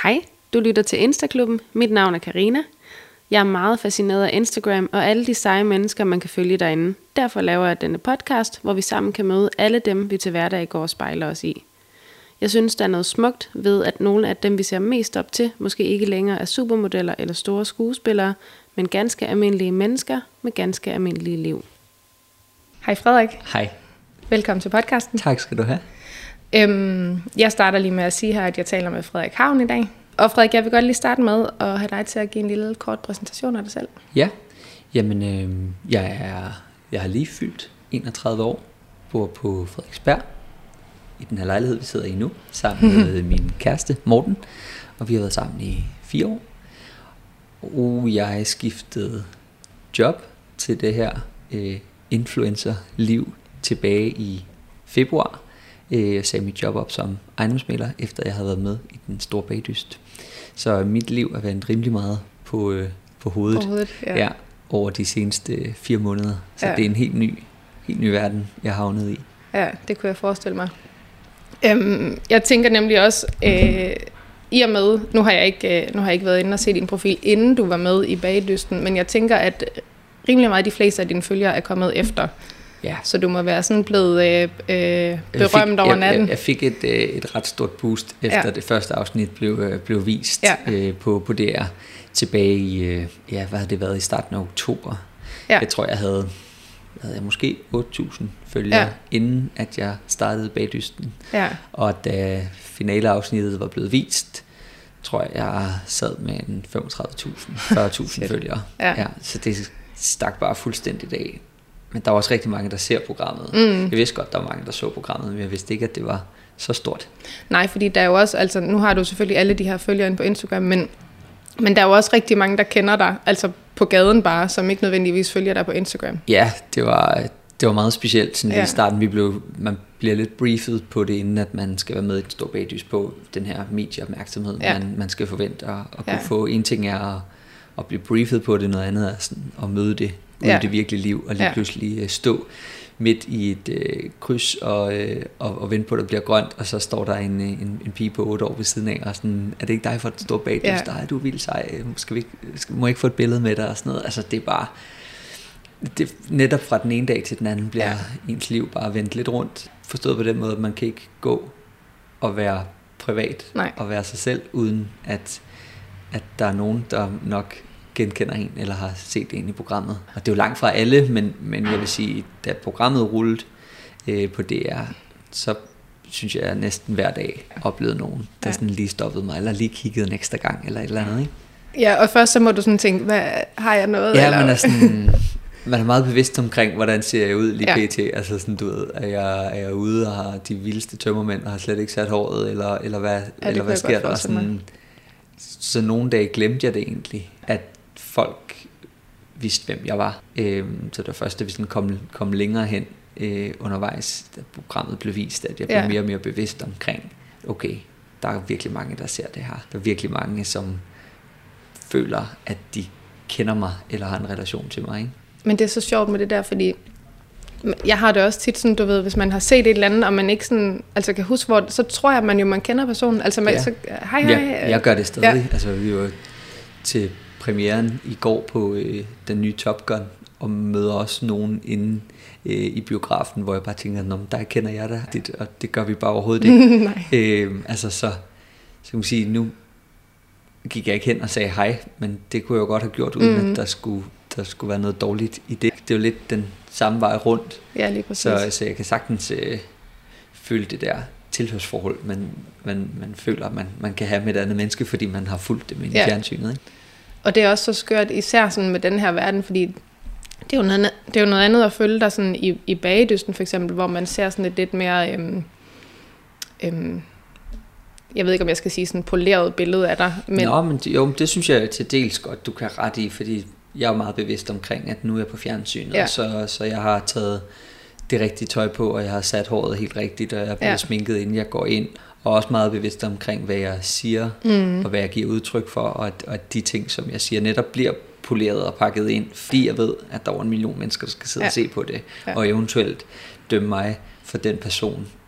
Hej, du lytter til Instaklubben. Mit navn er Karina. Jeg er meget fascineret af Instagram og alle de seje mennesker, man kan følge derinde. Derfor laver jeg denne podcast, hvor vi sammen kan møde alle dem, vi til hverdag går og spejler os i. Jeg synes, der er noget smukt ved, at nogle af dem, vi ser mest op til, måske ikke længere er supermodeller eller store skuespillere, men ganske almindelige mennesker med ganske almindelige liv. Hej Frederik. Hej. Velkommen til podcasten. Tak skal du have. Jeg starter lige med at sige her, at jeg taler med Frederik Havn i dag. Og Frederik, jeg vil godt lige starte med at have dig til at give en lille kort præsentation af dig selv. Ja, jamen jeg har lige fyldt 31 år, bor på Frederiksberg, i den her lejlighed, vi sidder i nu, sammen med min kæreste Morten, og vi har været sammen i 4 år. Og jeg skiftede job til det her influencer-liv tilbage i februar. Jeg sagde mit job op som ejendomsmægler, efter jeg havde været med i den store bagdyst. Så mit liv har været rimelig meget på hovedet, ja, over de seneste 4 måneder. Så det er en helt ny verden, jeg har havnet i. Ja, det kunne jeg forestille mig. Jeg tænker nemlig også, i og med, nu har jeg ikke været inde og set din profil, inden du var med i bagdysten, men jeg tænker, at rimelig meget de fleste af dine følgere er kommet efter. Ja. Så du må være sådan blevet berømt over natten. Jeg fik et ret stort boost, efter det første afsnit blev vist på DR tilbage i, hvad havde det været, i starten af oktober. Ja. Jeg tror, jeg havde måske 8.000 følgere, inden at jeg startede bagdysten. Ja. Og da finaleafsnittet var blevet vist, tror jeg sad med en 35.000-40.000 følgere. Ja, så det stak bare fuldstændigt af. Men der var også rigtig mange, der ser programmet. Jeg vidste godt, der var mange, der så programmet, men jeg vidste ikke, at det var så stort. Nej, fordi der er jo også, altså nu har du selvfølgelig alle de her følgere inde på Instagram, men der er jo også rigtig mange, der kender dig, altså på gaden bare, som ikke nødvendigvis følger dig på Instagram. Ja, det var meget specielt sådan i starten. Man bliver lidt briefet på det, inden at man skal være med i et stort bagdyst på den her medieopmærksomhed, man skal forvente at kunne få. En ting er at blive briefet på det, noget andet er sådan at møde det ude i det virkelige liv, og lige pludselig stå midt i et kryds og vente på, at det bliver grønt, og så står der en pige på 8 år ved siden af, og sådan, er det ikke dig for at stå bag dig? Ja. Du er vildt sej, må jeg ikke få et billede med dig, og sådan noget. Altså det er bare, netop fra den ene dag til den anden, bliver ens liv bare vendt lidt rundt, forstået på den måde, at man kan ikke gå og være privat, og være sig selv, uden at der er nogen, der nok genkender en, eller har set en i programmet. Og det er jo langt fra alle, men jeg vil sige, da programmet rullede på DR, så synes jeg næsten hver dag oplevede nogen, der sådan lige stoppede mig, eller lige kiggede en ekstra gang, eller et eller andet, ikke? Ja, og først så må du sådan tænke, har jeg noget? Ja, eller? Man er meget bevidst omkring, hvordan ser jeg ud lige pt. Altså sådan, du ved, er jeg ude og har de vildeste tømmermænd, og har slet ikke sat håret, eller hvad sker der? Sådan, så nogle dage glemte jeg det egentlig, at folk vidste, hvem jeg var. Så det var først, da vi sådan kom længere hen undervejs, da programmet blev vist, at jeg blev mere og mere bevidst omkring, okay, der er virkelig mange, der ser det her. Der er virkelig mange, som føler, at de kender mig, eller har en relation til mig, ikke? Men det er så sjovt med det der, fordi jeg har det også tit sådan, du ved, hvis man har set et eller andet, og man ikke sådan, altså kan huske, hvor, så tror jeg, man kender personen. Altså, så, hej. Ja, jeg gør det stadig. Ja. Altså, vi var til premieren i går på den nye Top Gun, og møder også nogen inde i biografen, hvor jeg bare tænker, der kender jeg dig, og det gør vi bare overhovedet ikke. Altså, så kan man sige, nu gik jeg ikke hen og sagde hej, men det kunne jeg jo godt have gjort, uden at der skulle være noget dårligt i det. Det er jo lidt den samme vej rundt. Ja, lige præcis. Så jeg kan sagtens føle det der tilhørsforhold, man føler, man kan have med et andet menneske, fordi man har fulgt det med i fjernsynet, ikke? Og det er også så skørt, især sådan med den her verden, fordi det er jo noget andet at følge dig sådan i bagedysten for eksempel, hvor man ser sådan et lidt mere, jeg ved ikke, om jeg skal sige sådan poleret billede af dig. Men det synes jeg til dels godt, du kan ret i, fordi jeg er meget bevidst omkring, at nu er jeg på fjernsynet, så jeg har taget det rigtige tøj på, og jeg har sat håret helt rigtigt, og jeg er blevet sminket, inden jeg går ind, og også meget bevidst omkring, hvad jeg siger, og hvad jeg giver udtryk for, og at de ting, som jeg siger, netop bliver poleret og pakket ind, fordi jeg ved, at der er 1 million mennesker, der skal sidde og se på det, og eventuelt dømme mig for den person,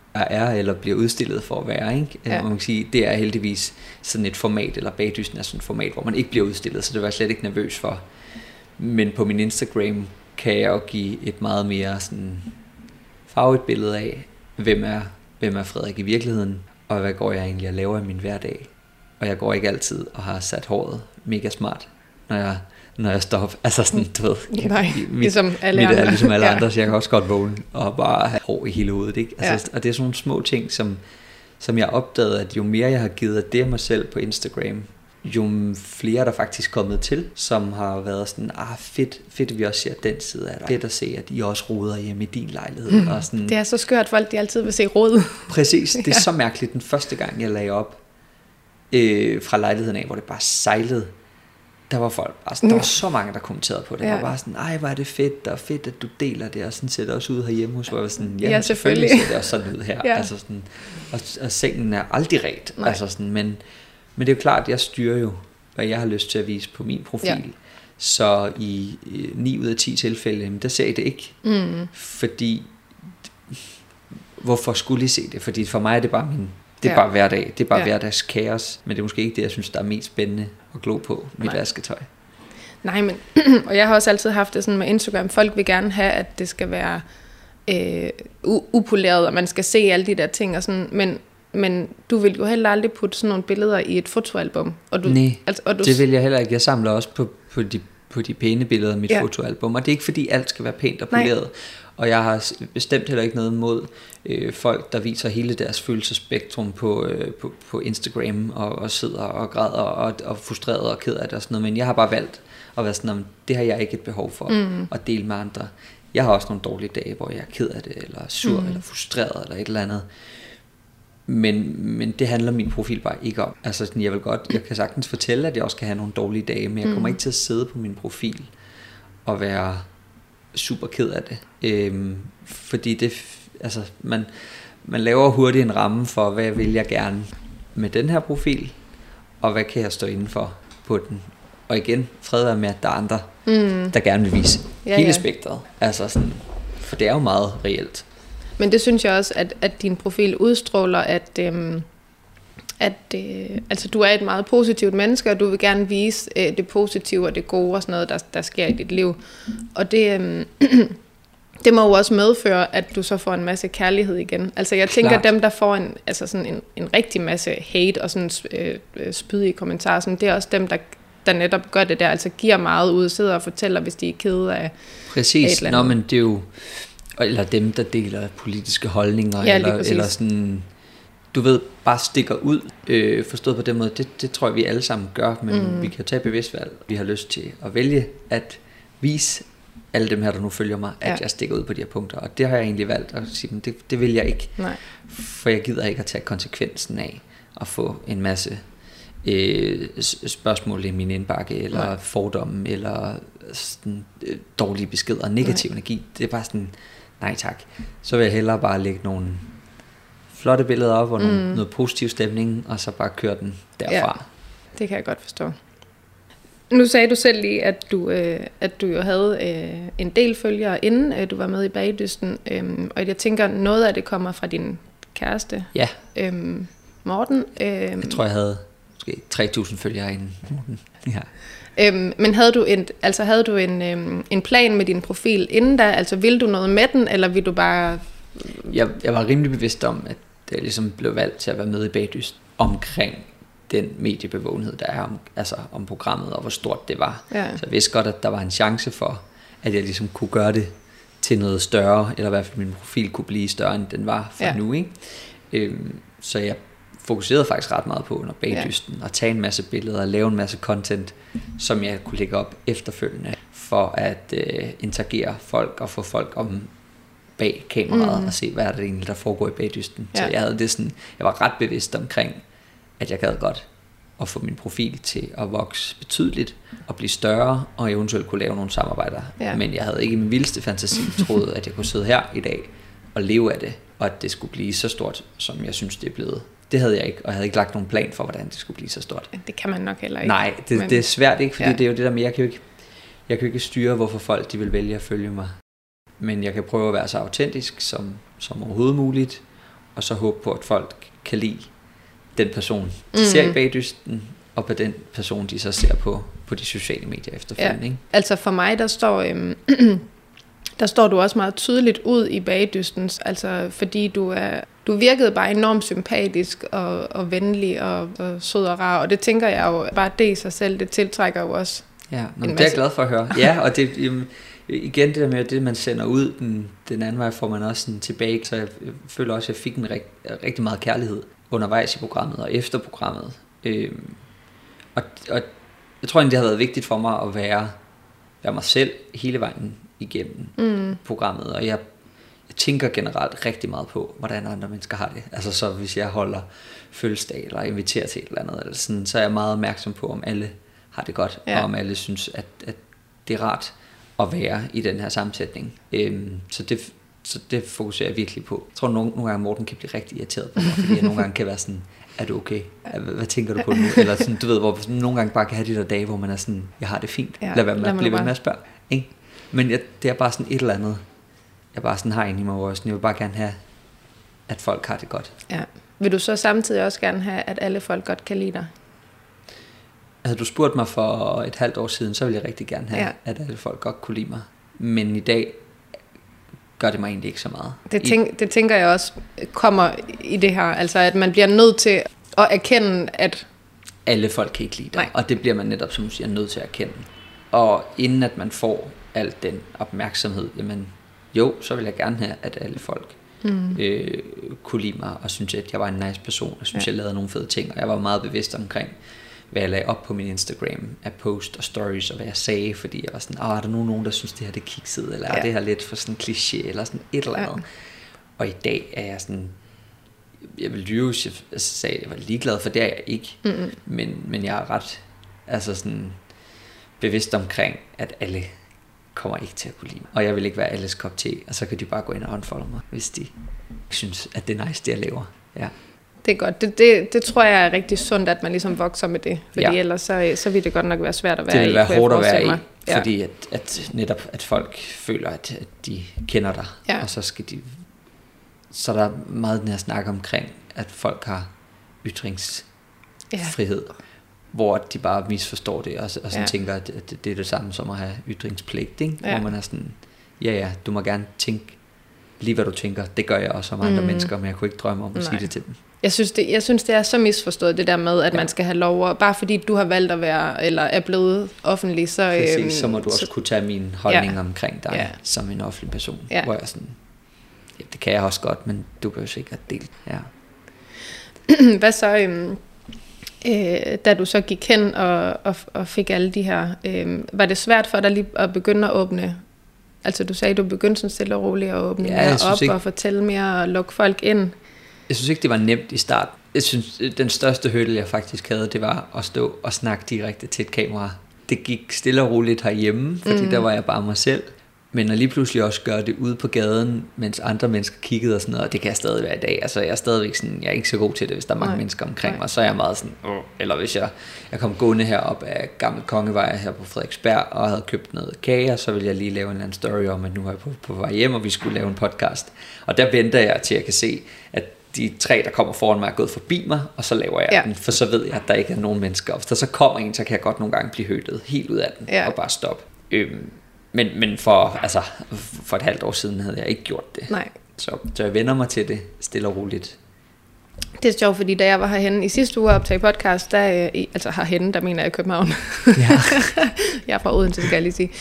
er eller bliver udstillet for at være, ikke? Ja. Man kan sige, det er heldigvis sådan et format, eller Bagdysten er sådan et format, hvor man ikke bliver udstillet, så det var jeg slet ikke nervøs for. Men på min Instagram kan jeg jo give et meget mere sådan farvet billede af, hvem er Frederik i virkeligheden, og hvad går jeg egentlig og laver i min hverdag. Og jeg går ikke altid og har sat håret mega smart, når jeg står op. Altså sådan, du ved. Nej, ligesom alle andre. Mit er ligesom alle andre, så jeg kan også godt vågne og bare have hår i hele hovedet, ikke? Altså, og det er sådan nogle små ting, som jeg opdagede, at jo mere jeg har givet af det mig selv på Instagram, jo flere der faktisk kommet til, som har været sådan, fedt at vi også ser den side af dig. Fedt at se, at I også roder hjemme i din lejlighed. Og sådan. Det er så skørt, folk de altid vil se rod. Præcis, det er så mærkeligt. Den første gang jeg lagde op fra lejligheden af, hvor det bare sejlede, der var folk, altså der var så mange, der kommenterede på det. Det var bare sådan, hvor er det fedt, og fedt, at du deler det, og sådan ser det også ud herhjemme hos, hvor jeg var sådan, ja, selvfølgelig ser det også sådan ud her. Altså sådan, og sengen er aldrig ret. Altså sådan, men det er jo klart, at jeg styrer jo, hvad jeg har lyst til at vise på min profil. Ja. Så i 9 ud af 10 tilfælde, der ser I det ikke. Fordi, hvorfor skulle I se det? Fordi for mig er det bare det er bare hverdag, det er bare hverdags kaos, men det er måske ikke det, jeg synes, der er mest spændende at glo på, mit vasketøj. Nej, men, og jeg har også altid haft det sådan med Instagram, folk vil gerne have, at det skal være upoleret, og man skal se alle de der ting og sådan, men du vil jo heller aldrig putte sådan nogle billeder i et fotoalbum. Nej, det vil jeg heller ikke. Jeg samler også på de pæne billeder af mit fotoalbum, og det er ikke fordi alt skal være pænt og poleret. Nej. Og jeg har bestemt heller ikke noget mod folk, der viser hele deres følelsesspektrum på Instagram og sidder og græder og frustreret og ked af det og sådan noget. Men jeg har bare valgt at være sådan, det har jeg ikke et behov for at dele med andre. Jeg har også nogle dårlige dage, hvor jeg er ked af det, eller sur, eller frustreret, eller et eller andet. Men det handler min profil bare ikke om. Altså sådan, jeg kan sagtens fortælle, at jeg også kan have nogle dårlige dage, men jeg kommer ikke til at sidde på min profil og være super ked af det. Fordi det, altså man laver hurtigt en ramme for, hvad vil jeg gerne med den her profil, og hvad kan jeg stå inden for på den. Og igen, fred være med, at der er andre, der gerne vil vise hele spektret. Altså sådan, for det er jo meget reelt. Men det synes jeg også, at din profil udstråler, at altså du er et meget positivt menneske, og du vil gerne vise det positive og det gode og sådan noget, der sker i dit liv. Og det må jo også medføre, at du så får en masse kærlighed igen. Altså jeg tænker, dem der får en rigtig masse hate og sådan spydige kommentarer, sådan, det er også dem, der netop gør det der, altså giver meget ud, sidder og fortæller, hvis de er kede af præcis. Af men det er jo, eller dem, der deler politiske holdninger, eller sådan, du ved, bare stikker ud, forstået på den måde, det tror jeg, vi alle sammen gør, men vi kan tage bevidst valg. Vi har lyst til at vælge at vise alle dem her, der nu følger mig, at jeg stikker ud på de her punkter, og det har jeg egentlig valgt at sige, det vil jeg ikke. Nej. For jeg gider ikke at tage konsekvensen af at få en masse spørgsmål i min indbakke, eller fordomme, eller sådan, dårlige beskeder, negativ energi. Det er bare sådan, nej tak. Så vil jeg hellere bare lægge nogle flotte billeder op, og noget positiv stemning, og så bare køre den derfra. Ja, det kan jeg godt forstå. Nu sagde du selv lige, at du jo havde en del følgere, inden du var med i Bagdysten, og jeg tænker, noget af det kommer fra din kæreste, Morten. Jeg tror, jeg havde måske 3.000 følgere inden Morten. Ja. Men havde du en plan med din profil inden da? Altså ville du noget med den, eller ville du bare... Jeg var rimelig bevidst om, at det ligesom blev valgt til at være med i Bagdysten omkring den mediebevågenhed, der er om programmet, og hvor stort det var. Ja. Så jeg vidste godt, at der var en chance for, at jeg ligesom kunne gøre det til noget større, eller i hvert fald min profil kunne blive større, end den var for nu. Ikke? Så jeg fokuserede faktisk ret meget på under Bagdysten, at tage en masse billeder og lave en masse content, som jeg kunne lægge op efterfølgende, for at interagere folk og få folk om bag kameraet og se, hvad er det egentlig, der foregår i Bagdysten. Så jeg havde det sådan, jeg var ret bevidst omkring, at jeg gad godt at få min profil til at vokse betydeligt og blive større, og eventuelt kunne lave nogle samarbejder. Ja. Men jeg havde ikke i min vildeste fantasi troet, at jeg kunne sidde her i dag og leve af det, og at det skulle blive så stort, som jeg synes, det er blevet. Det havde jeg ikke, og jeg havde ikke lagt nogen plan for, hvordan det skulle blive så stort. Det kan man nok heller ikke. Nej, det er svært ikke, fordi det er jo det der med, jeg kan jo ikke styre, hvorfor folk de vil vælge at følge mig. Men jeg kan prøve at være så autentisk som overhovedet muligt, og så håbe på, at folk kan lide den person, de ser i bagdysten, og på den person, de så ser på de sociale medier efterfølgende. Ikke? Altså for mig, der står du også meget tydeligt ud i bagdystens, altså fordi du virkede bare enormt sympatisk og venlig og sød og rar, og det tænker jeg jo, bare det i sig selv, det tiltrækker jo også. Ja, det er jeg glad for at høre. Ja, og det igen det der med, det man sender ud, den anden vej får man også sådan tilbage, så jeg føler også, at jeg fik en rigtig meget kærlighed undervejs i programmet og efter programmet. Og jeg tror egentlig, det har været vigtigt for mig at være mig selv hele vejen igennem programmet, og jeg tænker generelt rigtig meget på, hvordan andre mennesker har det. Altså så hvis jeg holder fødselsdag eller inviterer til et eller andet, eller sådan, så er jeg meget opmærksom på, om alle har det godt, og om alle synes, at det er rart at være i den her sammensætning. Så det fokuserer jeg virkelig på. Jeg tror nogle gange Morten kan blive rigtig irriteret på mig, fordi jeg nogle gange kan være sådan, er du okay? Hvad tænker du på nu? Eller sådan, du ved, hvor nogle gange bare kan have de der dage, hvor man er sådan, jeg har det fint. Lad være med at blive ved med at spørge. Ikke? Men det er bare sådan et eller andet, jeg bare sådan har inde i mig, hvor jeg vil bare gerne have, at folk har det godt. Ja. Vil du så samtidig også gerne have, at alle folk godt kan lide dig? Havde du spurgt mig for et halvt år siden, så ville jeg rigtig gerne have, at alle folk godt kunne lide mig. Men i dag gør det mig egentlig ikke så meget. Det tænker jeg også kommer i det her, altså at man bliver nødt til at erkende, at alle folk kan ikke lide dig, og det bliver man netop, som du siger, nødt til at erkende. Og inden at man får al den opmærksomhed, jamen jo, så vil jeg gerne have, at alle folk kunne lide mig, og synes, at jeg var en nice person, og synes, jeg lavede nogle fede ting, og jeg var meget bevidst omkring, hvad jeg lagde op på min Instagram af post og stories, og hvad jeg sagde, fordi jeg var sådan, er der nogen, der synes, det her det er kikset, eller er det her lidt for sådan en kliché, eller sådan et eller andet. Og i dag er jeg sådan, jeg vil lyve, jeg sagde, at jeg var ligeglad, for det er jeg ikke, men jeg er ret, altså sådan bevidst omkring, at alle kommer ikke til at kunne lide mig, og jeg vil ikke være alles kop te, og så kan de bare gå ind og unfollow mig, hvis de synes, at det er nice, det jeg laver. Ja. Det er godt. Det tror jeg er rigtig sundt, at man ligesom vokser med det. Fordi ellers så vil det godt nok være svært at være i. Det vil være hårdt at være i, fordi at netop at folk føler, at de kender dig, og så skal de. Så der er meget den her snak omkring, at folk har ytringsfrihed, hvor de bare misforstår det, og sådan tænker, at det er det samme som at have ytringspligt, ikke? Hvor man er sådan, du må gerne tænke lige hvad du tænker, det gør jeg også om andre mennesker, men jeg kunne ikke drømme om at sige det til dem. Jeg synes, det er så misforstået, det der med, at man skal have lov, og bare fordi du har valgt at være, eller er blevet offentlig, så må du også kunne tage min holdning omkring dig, som en offentlig person, hvor jeg sådan, det kan jeg også godt, men du kan jo sikkert dele. Ja. Hvad så, da du så gik hen og fik alle de her, var det svært for dig lige at begynde at åbne? Altså du sagde, du begyndte sådan stille og roligt at åbne mere op og fortælle mere og lukke folk ind. Jeg synes ikke, det var nemt i starten. Jeg synes, den største hurdle, jeg faktisk havde, det var at stå og snakke direkte til et kamera. Det gik stille og roligt herhjemme, fordi der var jeg bare mig selv. Men at lige pludselig også gøre det ude på gaden, mens andre mennesker kiggede og sådan noget, og det kan jeg stadig være i dag. Altså jeg er stadigvæk sådan, jeg er ikke så god til det, hvis der er mange mennesker omkring mig, så er jeg meget sådan, eller hvis jeg kom gående herop af Gammel Kongevej her på Frederiksberg, og havde købt noget kage, så ville jeg lige lave en eller anden story om, at nu er jeg på vej hjem, og vi skulle lave en podcast. Og der venter jeg til, at jeg kan se, at de 3, der kommer foran mig, er gået forbi mig, og så laver jeg den, for så ved jeg, at der ikke er nogen mennesker. Hvis der så kommer en, så kan jeg godt nogle gange blive høvlet helt ud af den, og bare stoppe. Men for et halvt år siden havde jeg ikke gjort det. Nej. Så jeg vender mig til det stille og roligt. Det er sjovt, fordi da jeg var herhenne i sidste uge og optage podcast, altså herhenne, der mener jeg i København. Ja. Jeg er fra Odense, skal jeg lige sige.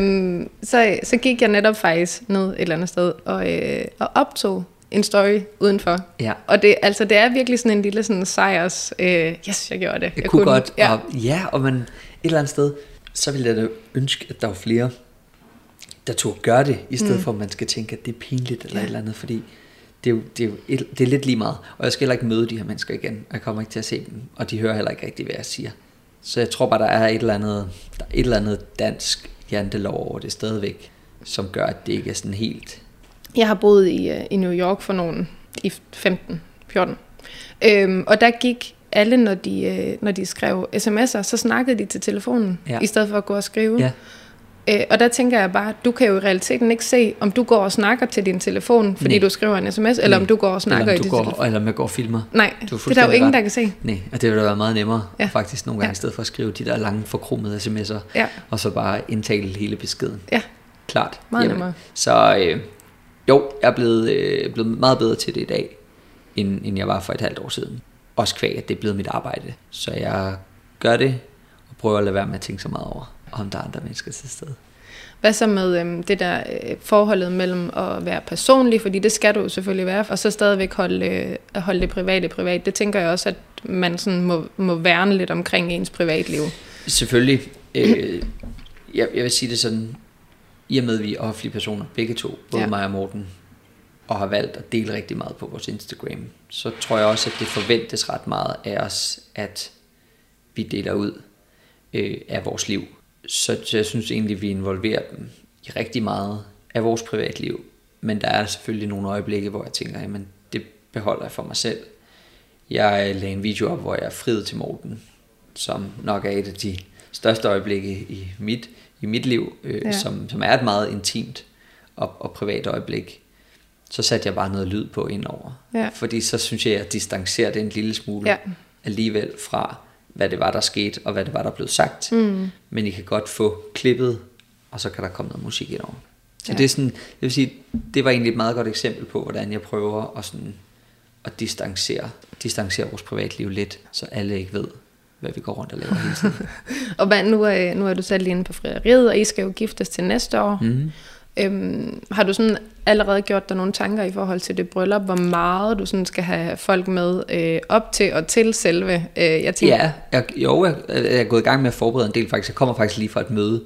Så gik jeg netop faktisk ned et eller andet sted og optog en story udenfor. Ja. Og det er virkelig sådan en lille sådan sejrs, yes, jeg gjorde det. Jeg kunne godt, og man et eller andet sted, så ville jeg da ønske, at der var flere, der tog at gøre det, i stedet for at man skal tænke, at det er pinligt eller et eller andet, fordi det er lidt lige meget, og jeg skal heller ikke møde de her mennesker igen, og jeg kommer ikke til at se dem, og de hører heller ikke rigtig, hvad jeg siger. Så jeg tror bare, der er et eller andet dansk jantelov over det stadigvæk, som gør, at det ikke er sådan helt. Jeg har boet i New York i 15-14, og der gik alle, når de skrev sms'er, så snakkede de til telefonen, i stedet for at gå og skrive. Ja. Og der tænker jeg bare, du kan jo i realiteten ikke se, om du går og snakker til din telefon, fordi du skriver en sms, eller om du går og snakker i din telefon. Eller om jeg går og filmer. Nej, det er der jo ingen, der kan se. Nej, og det ville da være meget nemmere, faktisk nogle gange, i stedet for at skrive de der lange, forkromede sms'er, og så bare indtale hele beskeden. Ja, klart. Meget nemmere. Så jo, jeg er blevet meget bedre til det i dag, end jeg var for et halvt år siden. Også kvæg, at det er blevet mit arbejde. Så jeg gør det, og prøver at lade være med at tænke så meget over, om der er andre mennesker til stede. Hvad så med det der forholdet mellem at være personlig, fordi det skal du jo selvfølgelig være, og så stadigvæk holde det private privat. Det tænker jeg også, at man sådan må værne lidt omkring ens privatliv. Selvfølgelig. Jeg vil sige det sådan, i og med at vi er offentlige personer, begge to, både mig og Morten, og har valgt at dele rigtig meget på vores Instagram, så tror jeg også, at det forventes ret meget af os, at vi deler ud af vores liv. Så jeg synes egentlig, at vi involverer dem i rigtig meget af vores privatliv. Men der er selvfølgelig nogle øjeblikke, hvor jeg tænker, jamen det beholder jeg for mig selv. Jeg lagde en video op, hvor jeg friede til Morten, som nok er et af de største øjeblikke i mit liv, som er et meget intimt og privat øjeblik. Så satte jeg bare noget lyd på indover. Fordi så synes jeg, at jeg distancerer det en lille smule alligevel fra, hvad det var, der skete, og hvad det var, der blev sagt. Men I kan godt få klippet, og så kan der komme noget musik indover. Så det er sådan, det vil sige, det var egentlig et meget godt eksempel på, hvordan jeg prøver at distancere vores privatliv lidt, så alle ikke ved, hvad vi går rundt og laver hele tiden. Og nu er du selv inde på frieriet, og I skal jo giftes til næste år. Har du sådan allerede gjort dig nogle tanker i forhold til det bryllup, hvor meget du sådan skal have folk med op til og til selve? Jeg tænker... jeg er gået i gang med at forberede en del faktisk. Jeg kommer faktisk lige fra et møde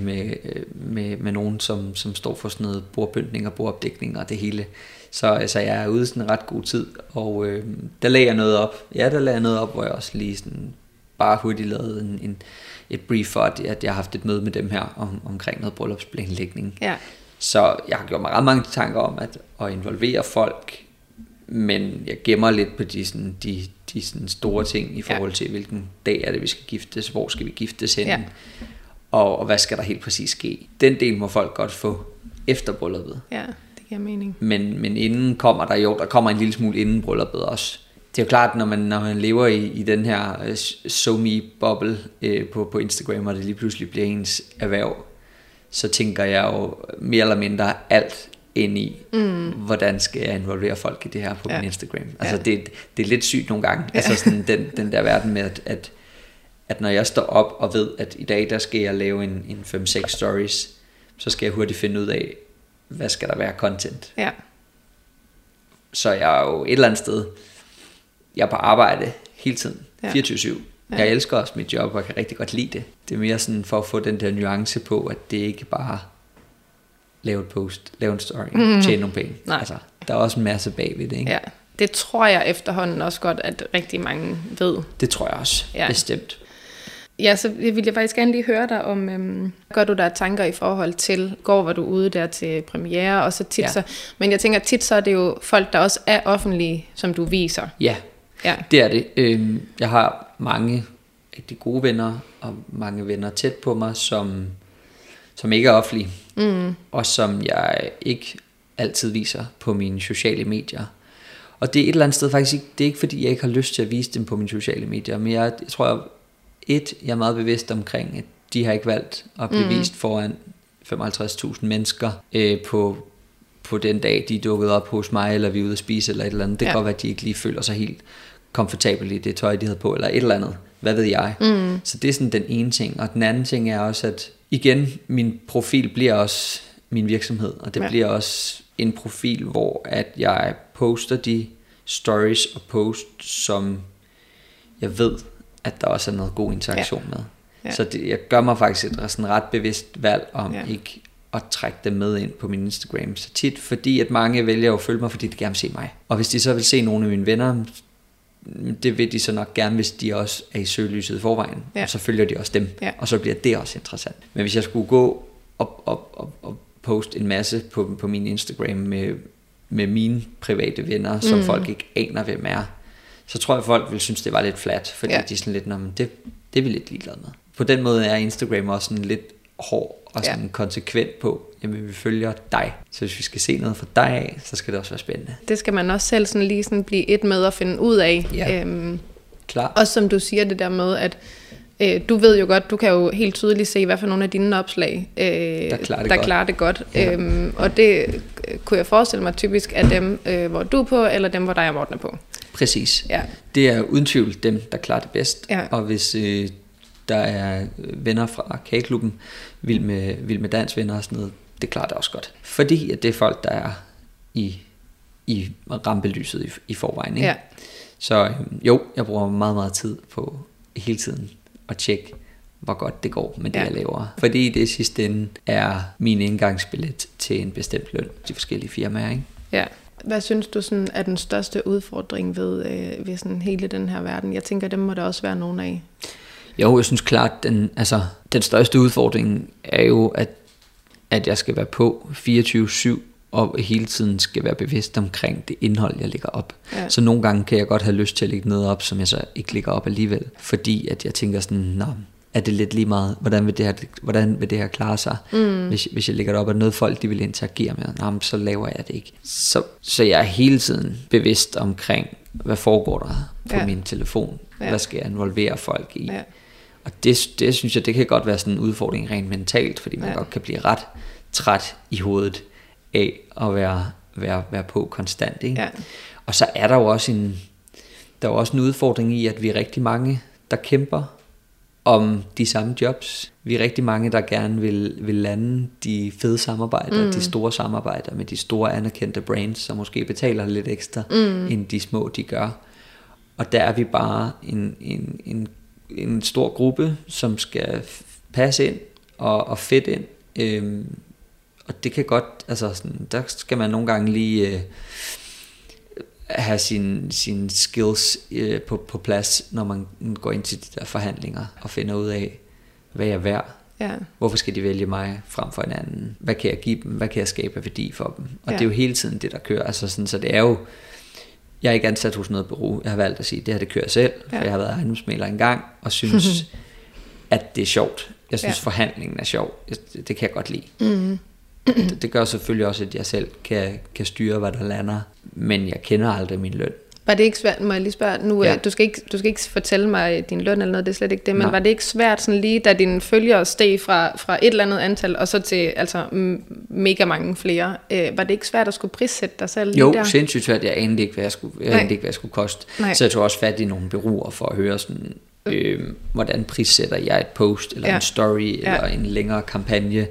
med nogen, som står for sådan noget bordpyntning og bordopdækning og det hele. Så jeg er ude i sådan en ret god tid, og der lagde jeg noget op. Ja, der lagde jeg noget op, hvor jeg også lige sådan bare hurtigt lavede et brief for, at jeg har haft et møde med dem her omkring noget bryllupsplanlægning. Ja. Så jeg har gjort mig ret mange tanker om at involvere folk, men jeg gemmer lidt på de sådan store ting i forhold til, hvilken dag er det, vi skal giftes, hvor skal vi giftes hen, og hvad skal der helt præcis ske. Den del må folk godt få efter brylluppet. Ja, det giver mening. Men inden kommer der kommer en lille smule inden brylluppet også. Det er jo klart, når man lever i den her SoMe-boble på Instagram, og det lige pludselig bliver ens erhverv, så tænker jeg jo mere eller mindre alt ind i, hvordan skal jeg involvere folk i det her på min Instagram. Altså det er lidt sygt nogle gange, altså sådan den der verden med, at når jeg står op og ved, at i dag der skal jeg lave en 5-6 stories, så skal jeg hurtigt finde ud af, hvad skal der være content. Ja. Så jeg er jo et eller andet sted, jeg er på arbejde hele tiden, 24/7. Jeg elsker også mit job, og jeg kan rigtig godt lide det. Det er mere sådan for at få den der nuance på, at det ikke bare lave et post, lave en story, tjene nogle penge. Altså, der er også en masse bagved det, ikke? Ja, det tror jeg efterhånden også godt, at rigtig mange ved. Det tror jeg også, bestemt. Ja, så vil jeg faktisk gerne lige høre dig om, gør du der tanker i forhold til, var du ude der til premiere, og så tit så, men jeg tænker tit så er det jo folk, der også er offentlige, som du viser. Ja, det er det. Jeg har mange rigtig gode venner, og mange venner tæt på mig, som ikke er offentlige, og som jeg ikke altid viser på mine sociale medier. Og det er et eller andet sted faktisk ikke, det er ikke fordi, jeg ikke har lyst til at vise dem på mine sociale medier, men jeg tror, jeg er meget bevidst omkring, at de har ikke valgt at blive vist foran 55.000 mennesker på den dag, de er dukket op hos mig, eller vi er ude at spise, eller et eller andet. Det kan godt være, at de ikke lige føler sig helt komfortabel i det tøj, de havde på, eller et eller andet. Hvad ved jeg? Så det er sådan den ene ting. Og den anden ting er også, at igen, min profil bliver også min virksomhed, og det bliver også en profil, hvor at jeg poster de stories og posts, som jeg ved, at der også er noget god interaktion med. Så jeg gør mig faktisk et sådan ret bevidst valg om ikke at trække dem med ind på min Instagram så tit, fordi at mange vælger at følge mig, fordi de gerne vil se mig. Og hvis de så vil se nogle af mine venner, det vil de så nok gerne, hvis de også er i søgelyset i forvejen, og så følger de også dem, og så bliver det også interessant. Men hvis jeg skulle gå og poste en masse på min Instagram med mine private venner, som folk ikke aner, hvem er, så tror jeg, folk vil synes, det var lidt flat, fordi de er sådan lidt, det er vi lidt ligeglade med. På den måde er Instagram også sådan lidt hård og sådan konsekvent på, jamen vi følger dig. Så hvis vi skal se noget fra dig af, så skal det også være spændende. Det skal man også selv sådan lige sådan blive et med at finde ud af. Ja, klar. Også som du siger det der med, at du ved jo godt, du kan jo helt tydeligt se, hvad for nogle af dine opslag, der klarer det godt. Ja. Og det kunne jeg forestille mig typisk er dem, hvor du er på, eller dem, hvor dig og Morten er på. Præcis. Ja. Det er uden tvivl dem, der klarer det bedst. Ja. Og hvis der er venner fra kageklubben, vild med dansvenner og sådan noget, det klarer det også godt. Fordi at det er folk, der er i rampelyset i forvejen. Ikke? Ja. Så jo, jeg bruger meget, meget tid på hele tiden at tjekke, hvor godt det går med det, jeg laver. Fordi det sidste ende er min indgangsbillet til en bestemt løn, de forskellige firmaer. Ikke? Ja. Hvad synes du sådan, er den største udfordring ved sådan hele den her verden? Jeg tænker, dem må der også være nogen af. Jo, jeg synes klart, den største udfordring er jo, at jeg skal være på 24/7, og hele tiden skal være bevidst omkring det indhold, jeg lægger op. Ja. Så nogle gange kan jeg godt have lyst til at lægge noget op, som jeg så ikke lægger op alligevel. Fordi at jeg tænker sådan, er det lidt lige meget, hvordan vil det her klare sig, hvis jeg lægger det op, og noget folk de vil interagere med, så laver jeg det ikke. Så jeg er hele tiden bevidst omkring, hvad foregår der på min telefon, hvad skal jeg involvere folk i. Ja. Og det synes jeg, det kan godt være sådan en udfordring rent mentalt, fordi man godt kan blive ret træt i hovedet af at være på konstant. Ikke? Ja. Og så er der jo også en udfordring i, at vi er rigtig mange, der kæmper om de samme jobs. Vi er rigtig mange, der gerne vil lande de fede samarbejder, de store samarbejder med de store anerkendte brands, som måske betaler lidt ekstra, end de små de gør. Og der er vi bare en stor gruppe, som skal passe ind og fedt ind. Og det kan godt, altså sådan, der skal man nogle gange lige have sine skills på plads, når man går ind til de der forhandlinger og finder ud af, hvad jeg er værd. Ja. Hvorfor skal de vælge mig frem for en anden? Hvad kan jeg give dem? Hvad kan jeg skabe af værdi for dem? Og det er jo hele tiden det, der kører. Altså sådan, så det er jo, jeg er ikke ansat hos noget bureau. Jeg har valgt at sige, det her det kører selv, for jeg har været ejendomsmægler engang, og synes, at det er sjovt. Jeg synes, forhandlingen er sjov. Det kan jeg godt lide. Det gør selvfølgelig også, at jeg selv kan styre, hvad der lander, men jeg kender aldrig min løn. Var det ikke svært, må jeg lige spørge, nu, du skal ikke fortælle mig din løn eller noget, det er slet ikke det, men var det ikke svært sådan lige, da dine følgere steg fra et eller andet antal, og så til altså mega mange flere, var det ikke svært at skulle prissætte dig selv lige der? Jo, sindssygt svært, jeg anede ikke, hvad jeg skulle koste. Nej. Så jeg tog også fat i nogle bureauer for at høre sådan, hvordan prissætter jeg et post, eller en story, eller en længere kampagne.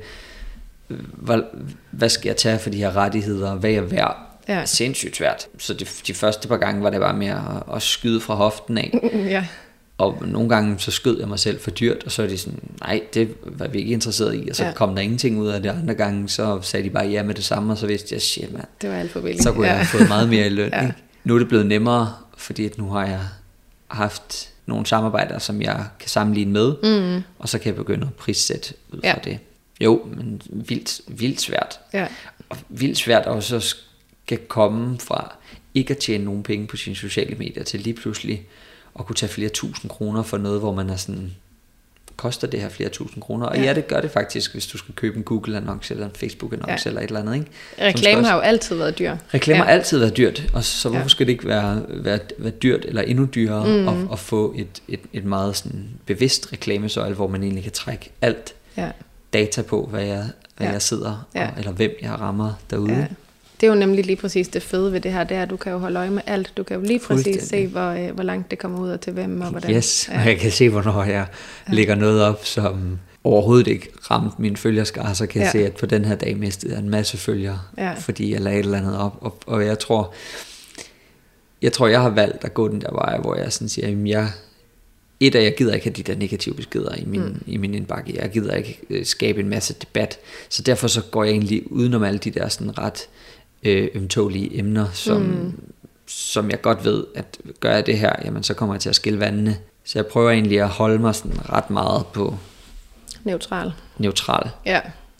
Hvad skal jeg tage for de her rettigheder, hvad er jeg værd? Ja. Sindssygt svært. Så de første par gange var det bare mere at skyde fra hoften af. Ja. Og nogle gange så skød jeg mig selv for dyrt, og så er de sådan, nej, det var vi ikke interesseret i, og så kom der ingenting ud af det. Andre gange så sagde de bare ja med det samme, og så vidste jeg, shit mand, det var alt for billigt. Så kunne jeg have fået meget mere i løn. Ikke? Nu er det blevet nemmere, fordi nu har jeg haft nogle samarbejder, som jeg kan sammenligne med, og så kan jeg begynde at prissætte ud fra det. Jo, men vildt svært. Ja. Og vildt svært også skal komme fra ikke at tjene nogen penge på sine sociale medier, til lige pludselig at kunne tage flere tusind kroner for noget, hvor man er sådan, koster det her flere tusind kroner? Og ja, det gør det faktisk, hvis du skal købe en Google-annonce, eller en Facebook-annonce, eller et eller andet. Ikke? Reklame har jo altid været dyr. Reklame har altid været dyrt, og så hvorfor skal det ikke være dyrt, eller endnu dyrere, at få et meget sådan bevidst reklamesøjle, hvor man egentlig kan trække alt data på, hvad jeg sidder, eller hvem jeg rammer derude. Ja. Det er jo nemlig lige præcis det fede ved det her, det er, at du kan jo holde øje med alt. Du kan jo lige præcis se, hvor langt det kommer ud, og til hvem og hvordan. Yes, og jeg kan se, hvornår jeg lægger noget op, som overhovedet ikke ramte mine følgerskare, så kan jeg se, at på den her dag mistede jeg en masse følgere, fordi jeg lagde et eller andet op. Og jeg tror, jeg har valgt at gå den der vej, hvor jeg sådan siger, jamen jeg gider ikke have de der negative beskeder i min indbakke. Jeg gider ikke skabe en masse debat. Så derfor så går jeg egentlig udenom alle de der sådan ret ømtålige emner, som jeg godt ved, at gør jeg det her, jamen så kommer jeg til at skille vandene. Så jeg prøver egentlig at holde mig sådan ret meget på neutral. Ja.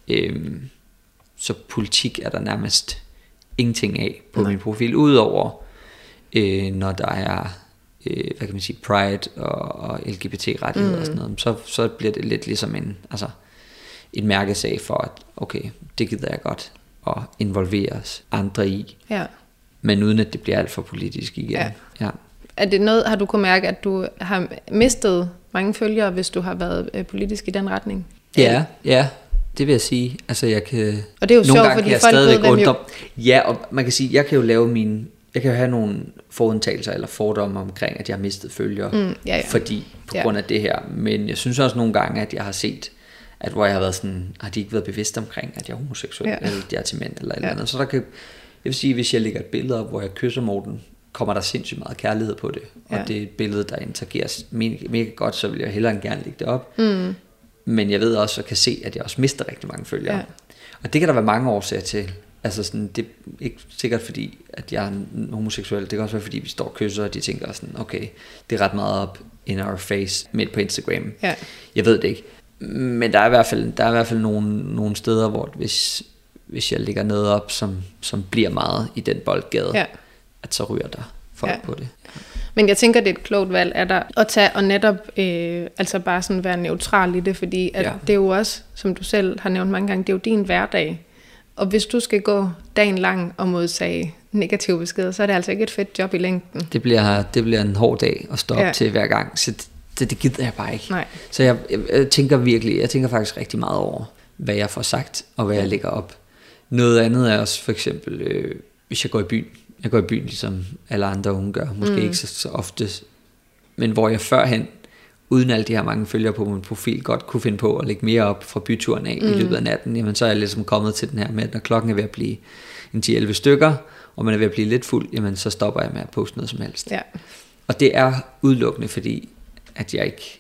Så politik er der nærmest ingenting af på min profil, udover når der er hvad kan man sige, pride og LGBT-rettigheder og sådan noget, så bliver det lidt ligesom en mærkesag for, at okay, det gider jeg godt at involvere andre i. Ja. Men uden at det bliver alt for politisk igen. Ja. Er det noget, har du kunnet mærke, at du har mistet mange følgere, hvis du har været politisk i den retning? Ja, det vil jeg sige. Altså jeg kan... Og det er jo sjovt, fordi folk ved, hvem jo... Ja, og man kan sige, jeg kan jo lave jeg kan jo have nogle forudtagelser eller fordomme omkring, at jeg har mistet følgere, fordi på grund af det her. Men jeg synes også nogle gange, at jeg har set, at hvor jeg har været sådan, har de ikke været bevidst omkring, at jeg er homoseksuel, eller jeg er til mænd, eller et eller andet. Så der kan, jeg vil sige, hvis jeg lægger et billede op, hvor jeg kysser Morten, kommer der sindssygt meget kærlighed på det. Og det er et billede, der interageres mega godt, så vil jeg hellere gerne lægge det op. Men jeg ved også, og kan se, at jeg også mister rigtig mange følgere. Og det kan der være mange årsager til. Altså sådan, det er ikke sikkert fordi, at jeg er homoseksuel. Det kan også være fordi, vi står og kysser, og de tænker sådan, okay, det er ret meget op in our face midt på Instagram. Jeg ved det ikke. Men der er i hvert fald nogle steder, hvor hvis jeg lægger noget op, som bliver meget i den boldgade, at så ryger der folk på det. Men jeg tænker, det er et klogt valg af dig at tage og netop altså bare sådan være neutral i det, fordi at det er jo også, som du selv har nævnt mange gange, det er jo din hverdag. Og hvis du skal gå dagen lang og modsage negative beskeder, så er det altså ikke et fedt job i længden. Det bliver en hård dag at stå op til hver gang, så det gider jeg bare ikke. Nej. Så jeg tænker faktisk rigtig meget over, hvad jeg får sagt, og hvad jeg lægger op. Noget andet er også for eksempel, hvis jeg går i byen. Jeg går i byen, ligesom alle andre unge gør. Måske ikke så ofte. Men hvor jeg førhen, uden alle de her mange følgere på min profil, godt kunne finde på at lægge mere op fra byturen af i løbet af natten, jamen så er jeg ligesom kommet til den her med, at når klokken er ved at blive en 10-11 stykker, og man er ved at blive lidt fuld, jamen så stopper jeg med at poste noget som helst. Ja. Og det er udelukkende fordi, at jeg ikke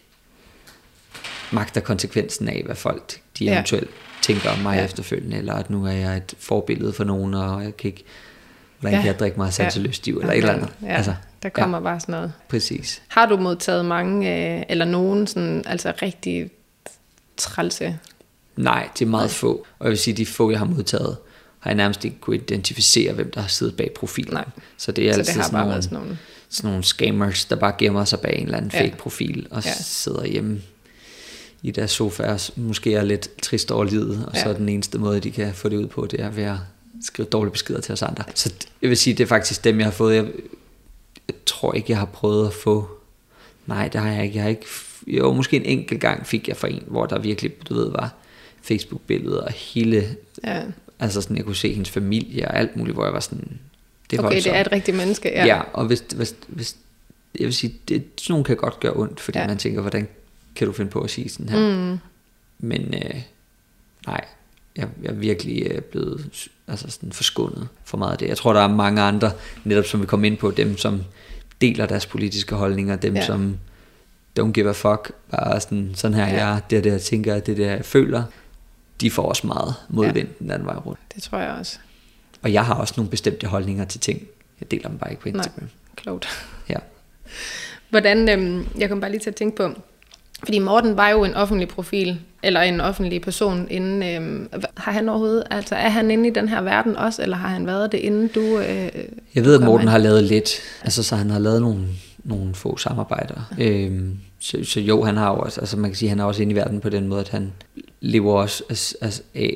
magter konsekvensen af, hvad folk de eventuelt tænker om mig efterfølgende, eller at nu er jeg et forbillede for nogen, og jeg kan ikke, hvordan kan jeg drikke mig sanseløstiv, eller et eller andet. Ja. Altså, der kommer bare sådan noget. Præcis. Har du modtaget mange, eller nogen sådan, altså rigtig trælse? Nej, det er meget få. Og jeg vil sige, de få, jeg har modtaget, har jeg nærmest ikke kunne identificere, hvem der har siddet bag profilen. Nej. Så det er altid det sådan nogle scammers, der bare gemmer sig bag en eller anden fake profil, og sidder hjemme i deres sofaer, måske er lidt trist over livet, og så er den eneste måde, de kan få det ud på, det er ved at skrive dårlige beskeder til os andre. Så jeg vil sige, det er faktisk dem, jeg har fået. Jeg tror ikke, jeg har prøvet at få... Nej, det har jeg ikke. Jeg har ikke... Jo, måske en enkelt gang fik jeg fra en, hvor der virkelig, du ved, var Facebook-billeder og hele... Altså sådan, jeg kunne se hendes familie og alt muligt, hvor jeg var sådan... Det er det er et rigtigt menneske, Ja, og hvis jeg vil sige, sådan nogle kan godt gøre ondt, fordi man tænker, hvordan kan du finde på at sige sådan her? Men nej, jeg er virkelig blevet altså sådan forskånet for meget af det. Jeg tror, der er mange andre, netop som vi kom ind på, dem som deler deres politiske holdninger, dem som don't give a fuck, bare sådan her jeg er, det jeg tænker, det jeg føler, de får også meget modvind den anden vej rundt. Det tror jeg også. Og jeg har også nogle bestemte holdninger til ting. Jeg deler dem bare ikke på Instagram. Nej, klogt. Ja. Hvordan, jeg kom bare lige til at tænke på, fordi Morten var jo en offentlig profil, eller en offentlig person, inden, har han overhovedet, altså er han inde i den her verden også, eller har han været det, inden du... Jeg ved, at Morten har lavet lidt, altså så han har lavet nogle få samarbejder. Så jo, han har jo også, altså man kan sige, han er også inde i verden på den måde, at han lever også af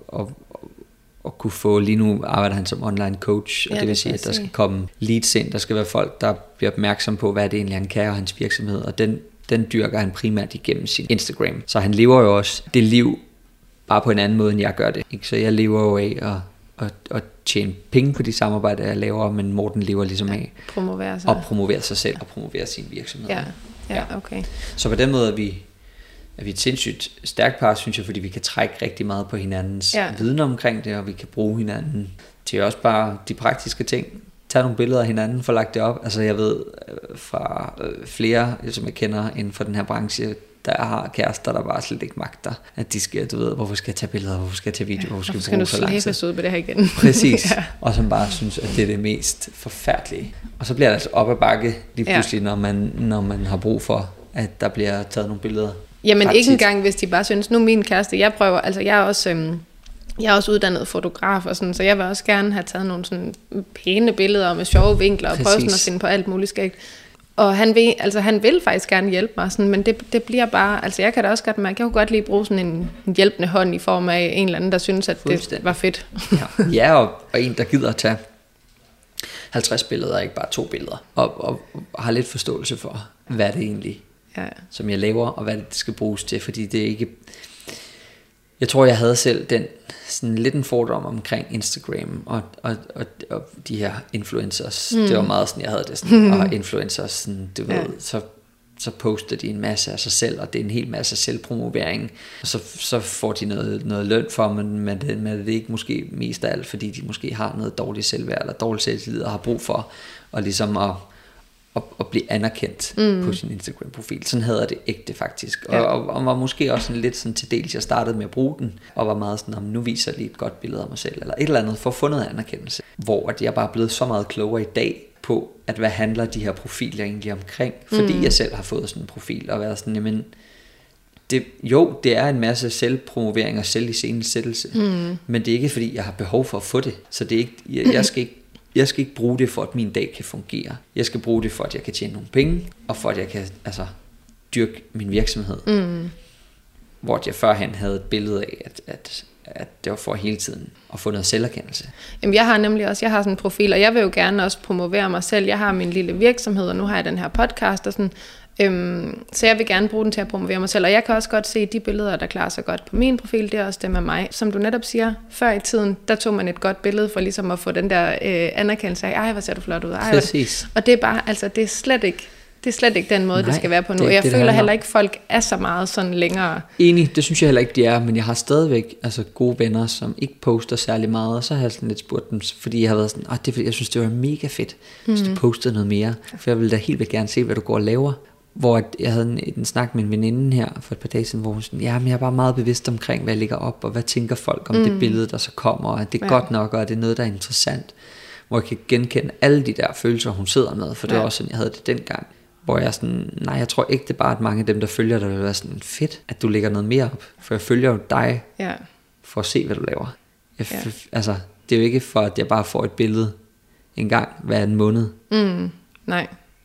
og kunne få, lige nu arbejder han som online coach, og det vil sige, at der skal komme leads ind, der skal være folk, der bliver opmærksom på, hvad det egentlig han kan, og hans virksomhed, og den dyrker han primært igennem sin Instagram. Så han lever jo også det liv, bare på en anden måde, end jeg gør det. Ikke? Så jeg lever jo af at tjene penge på de samarbejder, jeg laver, men Morten lever ligesom af at promovere sig selv og promovere sin virksomhed. Ja, okay. Så på den måde er vi et sindssygt stærkt par, synes jeg, fordi vi kan trække rigtig meget på hinandens viden omkring det, og vi kan bruge hinanden til også bare de praktiske ting. Tage nogle billeder af hinanden, få lagt det op. Altså jeg ved fra flere, som jeg kender inden for den her branche, der har kærester, der bare slet ikke magter, at de skal, du ved, hvorfor skal jeg tage billeder, hvorfor skal jeg tage video, hvorfor skal jeg bruge så lang tid. Hvorfor skal du ud på det her igen? Præcis, og som bare synes, at det er det mest forfærdelige. Og så bliver det altså op ad bakke lige pludselig, når man har brug for, at der bliver taget nogle billeder. Jamen ikke engang, hvis de bare synes, nu min kæreste, jeg prøver, altså jeg er også uddannet fotograf og sådan, så jeg vil også gerne have taget nogle sådan pæne billeder med sjove vinkler og prøve sådan at finde på alt muligt skægt. Og han vil faktisk gerne hjælpe mig, sådan, men det bliver bare, altså jeg kan da også godt mærke, jeg kunne godt lige bruge sådan en hjælpende hånd i form af en eller anden, der synes, at det var fedt. Ja, og en, der gider at tage 50 billeder, ikke bare 2 billeder, og har lidt forståelse for, hvad det egentlig som jeg laver, og hvad det skal bruges til, fordi det er ikke... Jeg tror, jeg havde selv sådan lidt en fordom omkring Instagram og de her influencers. Det var meget sådan, jeg havde det sådan, og influencers, sådan, du ved, så poster de en masse af sig selv, og det er en hel masse selvpromovering, og så får de noget løn for, men det er ikke måske mest af alt, fordi de måske har noget dårligt selvværd, eller dårligt selvtillid, og har brug for, og ligesom at blive anerkendt på sin Instagram-profil. Sådan havde jeg det ægte faktisk. Og var måske også sådan lidt sådan til dels, jeg startede med at bruge den, og var meget sådan, nu viser jeg lige et godt billede af mig selv, eller et eller andet, for at få noget anerkendelse. Hvor at jeg bare er blevet så meget klogere i dag på, at hvad handler de her profiler egentlig omkring, fordi jeg selv har fået sådan en profil, og været sådan, jamen, det er en masse selvpromovering og selviscenesættelse, men det er ikke fordi, jeg har behov for at få det, så det er ikke, jeg skal ikke bruge det for, at min dag kan fungere. Jeg skal bruge det for, at jeg kan tjene nogle penge, og for, at jeg kan dyrke min virksomhed. Hvor jeg førhen havde et billede af, at det var for hele tiden at få noget selverkendelse. Jamen, jeg har sådan en profil, og jeg vil jo gerne også promovere mig selv. Jeg har min lille virksomhed, og nu har jeg den her podcast, og sådan, så jeg vil gerne bruge den til at promovere mig selv. Og jeg kan også godt se, de billeder, der klarer sig godt på min profil, det er også dem af mig. Som du netop siger, før i tiden, der tog man et godt billede for ligesom at få den der anerkendelse af, ej, hvor ser du flot ud. Ej, præcis. Og det er bare, altså, det er slet ikke den måde, det skal være på nu. Og jeg føler heller ikke, folk er så meget sådan længere. Enig, det synes jeg heller ikke, de er, men jeg har stadigvæk gode venner, som ikke poster særlig meget, og så har jeg sådan lidt spurgt dem, fordi jeg har været sådan, jeg synes, det var mega fedt, hvis du postede noget mere, for jeg ville da helt vildt gerne se, hvad du går og laver. Hvor jeg havde en snak med en veninde her for et par dage siden, hvor hun sådan, men jeg er bare meget bevidst omkring, hvad jeg lægger op, og hvad tænker folk om det billede, der så kommer, og det er godt nok, og det er noget, der er interessant. Hvor jeg kan genkende alle de der følelser, hun sidder med, for det var også sådan, jeg havde det dengang. Hvor jeg sådan, nej, jeg tror ikke, det er bare, at mange af dem, der følger dig, vil være sådan, fedt, at du lægger noget mere op. For jeg følger jo dig, for at se, hvad du laver. Altså, det er jo ikke for, at jeg bare får et billede en gang hver en måned. Nej.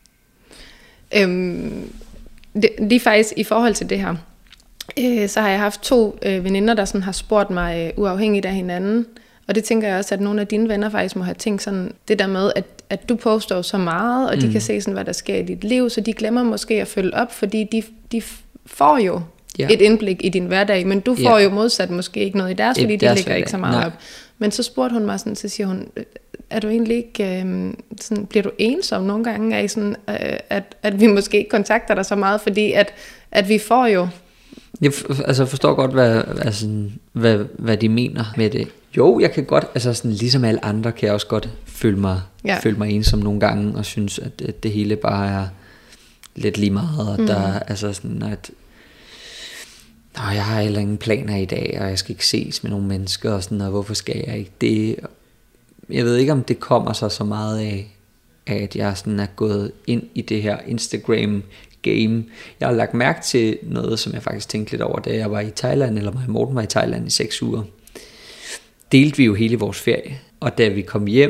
Lige faktisk i forhold til det her, så har jeg haft 2 veninder, der sådan har spurgt mig uafhængigt af hinanden. Og det tænker jeg også, at nogle af dine venner faktisk må have tænkt sådan, det der med, at du poster jo så meget, og de kan se sådan, hvad der sker i dit liv, så de glemmer måske at følge op, fordi de får jo et indblik i din hverdag, men du får jo modsat måske ikke noget i deres, fordi de lægger ikke så meget op. Men så spurgte hun mig sådan, så siger hun, er du egentlig ikke, sådan, bliver du ensom nogle gange af sådan, at vi måske ikke kontakter dig så meget, fordi at vi får jo... Jeg forstår godt, hvad de mener med det. Jo, jeg kan godt, sådan, ligesom alle andre, kan jeg også godt føle mig ensom nogle gange, og synes, at det hele bare er lidt lige meget, og der er sådan, at jeg har heller ingen planer i dag, og jeg skal ikke ses med nogle mennesker, og sådan, og hvorfor skal jeg ikke det? Jeg ved ikke, om det kommer så meget af, at jeg sådan er gået ind i det her Instagram game. Jeg har lagt mærke til noget, som jeg faktisk tænkte lidt over, da jeg var i Thailand, eller mig og Morten var i Thailand i 6 uger. Delte vi jo hele vores ferie, og da vi kom hjem,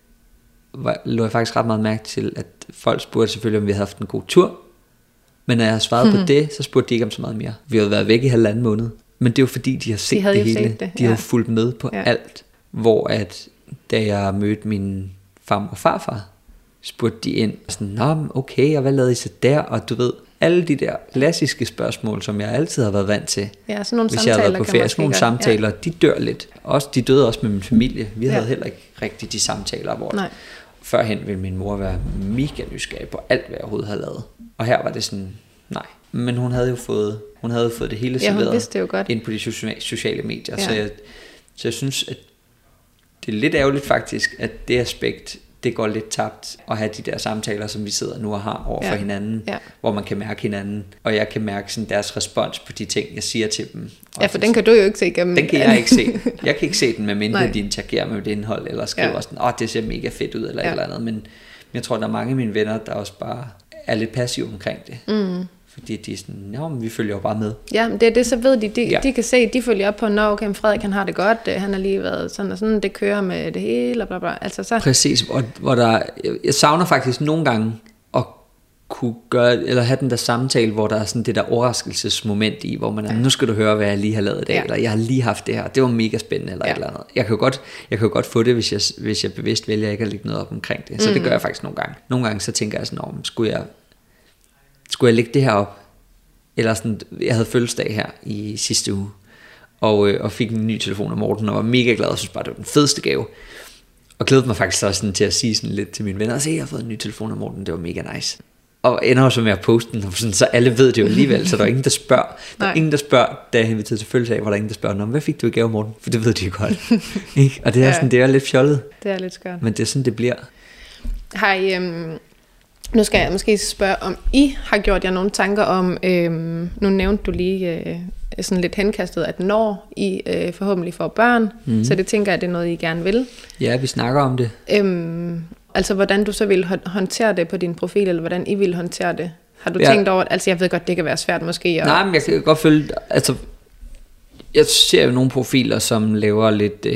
lå jeg faktisk ret meget mærke til, at folk spurgte selvfølgelig, om vi havde haft en god tur, men når jeg har svaret på det, så spurgte de ikke om så meget mere. Vi havde været væk i 1,5 måned, men det er jo fordi, de har set det hele. De har jo fulgt med på alt, hvor at da jeg mødte min farmor og farfar, spurgte de ind, sådan, okay, og hvad lavede I så der? Og du ved, alle de der klassiske spørgsmål, som jeg altid har været vant til. Ja, sådan nogle hvis samtaler, jeg har været på ferie. Sådan nogle samtaler, de dør lidt. De døde også med min familie. Vi havde heller ikke rigtig de samtaler, hvor førhen ville min mor være mega nysgerrig på alt, hvad jeg overhovedet havde lavet. Og her var det sådan, nej. Men hun havde jo fået det hele serveret ind på de sociale medier. Ja. Så jeg synes, at det er lidt ærgerligt faktisk, at det aspekt, det går lidt tabt at have de der samtaler, som vi sidder nu og har over for hinanden, hvor man kan mærke hinanden, og jeg kan mærke sådan deres respons på de ting, jeg siger til dem. Ja, for den kan du jo ikke se igennem. Den kan jeg ikke se. Jeg kan ikke se den, medmindre de interagerer med det indhold, eller skriver sådan, det ser mega fedt ud, eller et eller andet, men jeg tror, der er mange af mine venner, der også bare er lidt passive omkring det. Fordi de er sådan, men vi følger jo bare med. Ja, men det så ved de kan se, de følger op på, okay, Frederik, han har det godt, han har lige været sådan og sådan, det kører med det hele, og bla bla. Altså så. Præcis, hvor der, jeg savner faktisk nogle gange kunne gøre, eller have den der samtale, hvor der er sådan det der overraskelsesmoment i, hvor man er, nu skal du høre, hvad jeg lige har lavet i dag, eller jeg har lige haft det her, det var mega spændende, eller et eller andet. Jeg kan jo godt få det, hvis jeg bevidst vælger ikke at lægge noget op omkring det. Så det gør jeg faktisk nogle gange. Nogle gange så tænker jeg sådan, skulle jeg lægge det her op? Eller sådan, jeg havde fødselsdag her i sidste uge, og fik en ny telefon af Morten, og var mega glad, og synes bare, det var den fedeste gave. Og glædede mig faktisk også sådan til at sige sådan lidt til mine venner, og se, jeg har fået en ny telefon af Morten, det var mega nice. Og ender også med at poste den, sådan, så alle ved det jo alligevel, så der er ingen, der spørger. Der er ingen, der spørger, da jeg inviterede til fødselsdag, hvor der er ingen, der spørger, hvad fik du i gave, Morten? For det ved de jo godt. Ikke? Og det er sådan, det er lidt fjollet. Det er lidt skørt. Men det er sådan, det bliver. Har I, nu skal jeg måske spørge, om I har gjort jer nogle tanker om, nu nævnte du lige sådan lidt henkastet, at når I forhåbentlig får børn, så det tænker jeg, det er noget, I gerne vil. Ja, vi snakker om det. Altså, hvordan du så vil håndtere det på din profil, eller hvordan I vil håndtere det? Har du tænkt over, altså jeg ved godt, det kan være svært måske. Nej, men jeg kan godt følge, altså, jeg ser jo nogle profiler, som laver lidt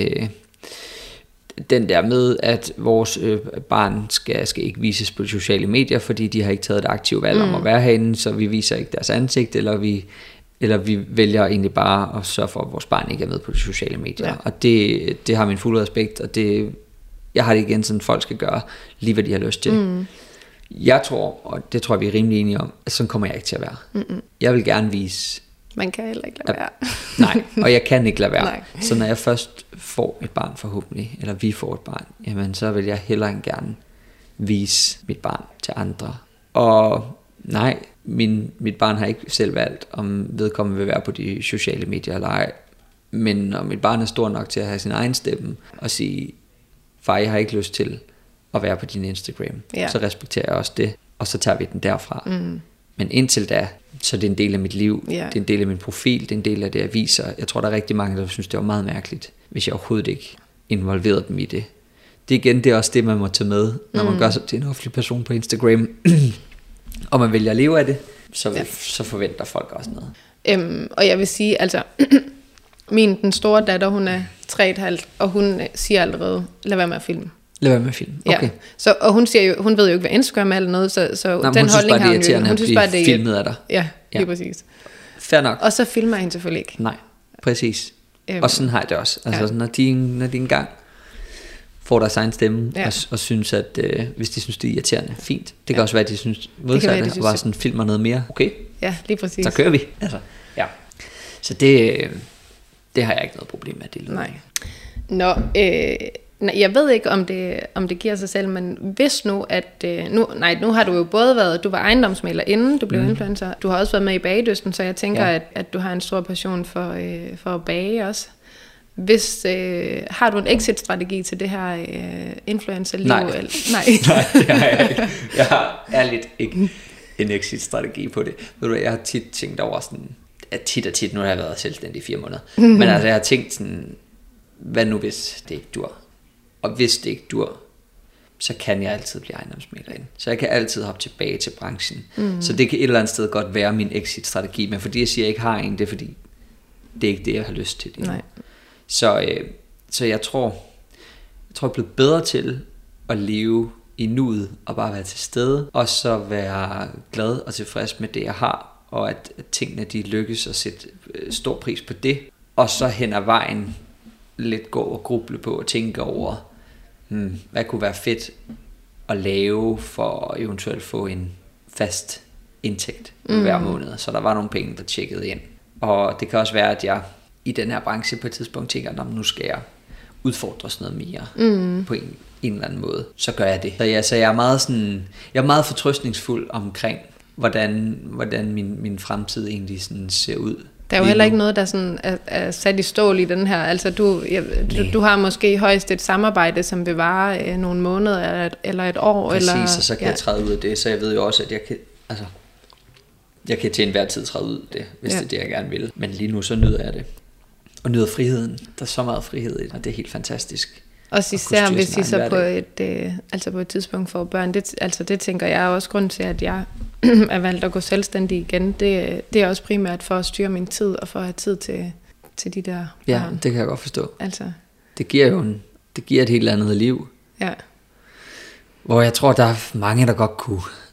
den der med, at vores barn skal ikke vises på de sociale medier, fordi de har ikke taget et aktivt valg om at være herinde, så vi viser ikke deres ansigt, eller vi vælger egentlig bare at sørge for, at vores barn ikke er med på de sociale medier. Ja. Og det har min fulde respekt, og jeg har det igen sådan, folk skal gøre lige, hvad de har lyst til. Jeg tror, og det tror jeg, vi er rimelig enige om, at sådan kommer jeg ikke til at være. Jeg vil gerne vise... Man kan heller ikke lade være. Nej, og jeg kan ikke lade være. Så når jeg først får et barn forhåbentlig, eller vi får et barn, jamen så vil jeg hellere end gerne vise mit barn til andre. Og nej, mit barn har ikke selv valgt, om vedkommende vil være på de sociale medier eller ej. Men når mit barn er stor nok til at have sin egen stemme, og sige, far, jeg har ikke lyst til at være på din Instagram, så respekterer jeg også det, og så tager vi den derfra. Men indtil da, så er det en del af mit liv, det er en del af min profil, det er en del af det, jeg viser. Jeg tror, der er rigtig mange, der synes, det var meget mærkeligt, hvis jeg overhovedet ikke involverede dem i det. Det er også det, man må tage med, når man gør sig til en offentlig person på Instagram, og man vælger at leve af det, så forventer folk også noget. Og jeg vil sige, altså, den store datter, hun er 3,5, og hun siger allerede, lad være med at filme. Lad være med film. Okay. Ja. Så, og hun siger jo, hun ved jo ikke, hvad Instagram er eller noget, så den holdning har hun jo. Hun synes bare, det er filmet af dig. Ja, lige præcis. Fair nok. Og så filmer hende selvfølgelig ikke. Nej, præcis. Og sådan har jeg det også. Altså, når de engang får deres egen stemme, og synes, at hvis de synes, det er irriterende, fint. Det kan også være, at de synes modsatte, og bare sådan filmer noget mere. Okay. Ja, lige præcis. Så kører vi. Altså, ja. Så det har jeg ikke noget problem med, det lyder. Nej. Jeg ved ikke, om det giver sig selv, men hvis nu, at... Nu har du jo både været... Du var ejendomsmægler, inden du blev influencer. Du har også været med i bagedysten, så jeg tænker, at du har en stor passion for at bage også. Har du en exit-strategi til det her influencer-liv? Nej. Nej. Nej, det har jeg ikke. Jeg har ærligt ikke en exit-strategi på det. Ved du, jeg har tit tænkt over sådan... Tit, nu har jeg været selvstændig i 4 måneder. Men altså, jeg har tænkt sådan... Hvad nu, hvis det ikke dur? Og hvis det ikke dur, så kan jeg altid blive ejendomsmægler ind. Så jeg kan altid hoppe tilbage til branchen. Så det kan et eller andet sted godt være min exit-strategi. Men fordi jeg siger, at jeg ikke har en, det er fordi, det er ikke det, jeg har lyst til. Nej. Så jeg tror, jeg er blevet bedre til at leve i nuet og bare være til stede. Og så være glad og tilfreds med det, jeg har. Og at tingene de lykkes og sætte stor pris på det. Og så hen ad vejen lidt gå og gruble på og tænke over, hvad kunne være fedt at lave for at eventuelt få en fast indtægt hver måned, så der var nogle penge, der tjekkede ind. Og det kan også være, at jeg i den her branche på et tidspunkt tænker, nu skal jeg udfordres noget mere på en eller anden måde. Så gør jeg det. Så jeg er meget sådan, jeg er meget fortrøstningsfuld omkring, hvordan min fremtid egentlig sådan ser ud. Der er jo heller ikke noget, der sådan er sat i stål i den her. Altså du har måske højst et samarbejde, som vil vare nogle måneder eller et år. Præcis, eller, og så kan jeg træde ud af det. Så jeg ved jo også, at jeg kan til enhver tid træde ud af det, hvis det er det, jeg gerne vil. Men lige nu så nyder jeg det. Og nyder friheden. Der er så meget frihed i det, og det er helt fantastisk. Også især hvis I så på et tidspunkt får børn. Det tænker jeg også grund til, at jeg er valgt at gå selvstændig igen. Det er også primært for at styre min tid, og for at have tid til de der børn. Ja, det kan jeg godt forstå. Altså. Det giver et helt andet liv. Ja. Hvor jeg tror, der er mange, der godt kunne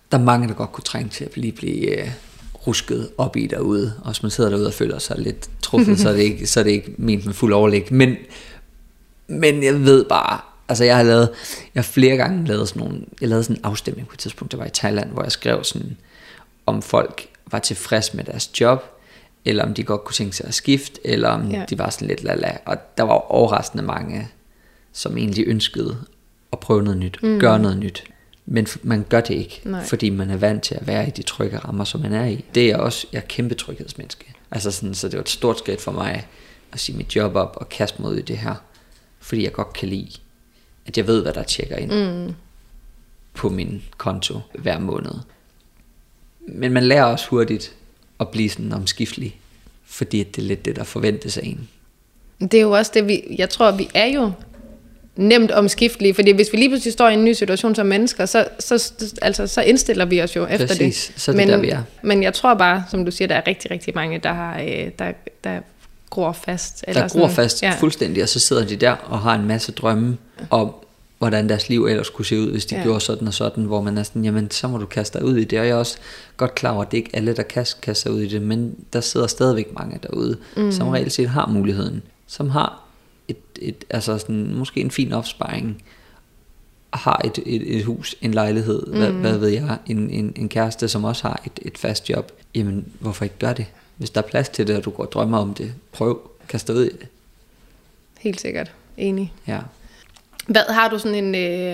der er mange, der godt kunne trænge til at lige blive rusket op i derude, og hvis man sidder derude og føler sig lidt truffet, så er det ikke ment med fuld overlæg, men jeg ved bare, altså jeg har flere gange lavet sådan en afstemning på et tidspunkt, der var i Thailand, hvor jeg skrev sådan, om folk var tilfreds med deres job, eller om de godt kunne tænke sig at skifte, eller om de var sådan lidt lala, og der var overraskende mange, som egentlig ønskede at prøve noget nyt, gøre noget nyt, men man gør det ikke, fordi man er vant til at være i de trygge rammer, som man er i. Det er jeg er kæmpe tryghedsmenneske, altså sådan, så det var et stort skridt for mig, at sige mit job op, og kaste mig ud i det her, fordi jeg godt kan lide, at jeg ved, hvad der tjekker ind på min konto hver måned. Men man lærer også hurtigt at blive sådan omskiftelig, fordi det er lidt det, der forventes af en. Det er jo også det, jeg tror, vi er jo nemt omskiftelige, fordi hvis vi lige pludselig står i en ny situation som mennesker, så indstiller vi os jo efter det. Præcis, så det der vi er. Men jeg tror bare, som du siger, der er rigtig, rigtig mange, der gror fast. Der gror fast fuldstændig, og så sidder de der og har en masse drømme om, hvordan deres liv ellers kunne se ud, hvis de gjorde sådan og sådan, hvor man er sådan, jamen så må du kaste dig ud i det, og jeg er også godt klar over, at det ikke alle, der kaster sig ud i det, men der sidder stadigvæk mange derude, som reelt set har muligheden, som har altså sådan, måske en fin opsparing, har et hus, en lejlighed, hvad ved jeg, en kæreste, som også har et fast job, jamen hvorfor ikke gøre det? Hvis der er plads til det, og du går og drømmer om det, prøv, kast dig ud i det. Helt sikkert, enig. Ja. Hvad har du sådan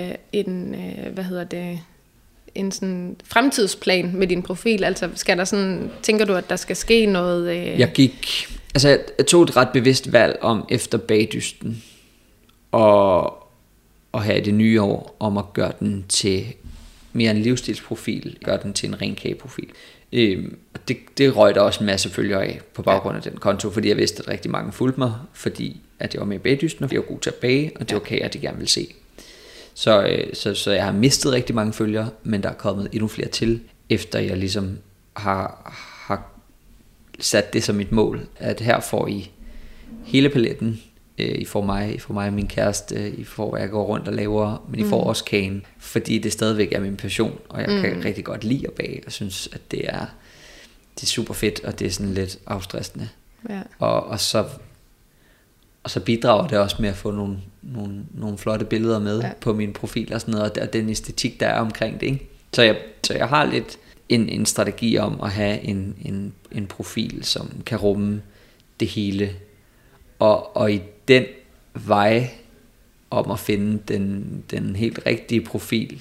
en sådan fremtidsplan med din profil? Altså skal der sådan, tænker du, at der skal ske noget? Jeg tog et ret bevidst valg om efter bagdysten og her i det nye år om at gøre den til mere en livsstilsprofil, gøre den til en ren kageprofil. Det røg der også en masse følgere af på baggrund af den konto, fordi jeg vidste, at rigtig mange fulgte mig, fordi at jeg var med i bagdysten, og jeg var god til at bage, og det var kager, de gerne ville se. Så jeg har mistet rigtig mange følgere, men der er kommet endnu flere til, efter jeg ligesom har sat det som mit mål, at her får I hele paletten, I får mig og min kæreste, I får hvad jeg går rundt og laver, men I får også kagen, fordi det stadigvæk er min passion, og jeg kan rigtig godt lide at bage, og synes at det er super fedt, og det er sådan lidt afstressende. Og så bidrager det også med at få nogle flotte billeder med på min profil og sådan noget, og den æstetik der er omkring det, ikke? Så jeg har lidt en strategi om at have en profil, som kan rumme det hele, og i den vej om at finde den helt rigtige profil,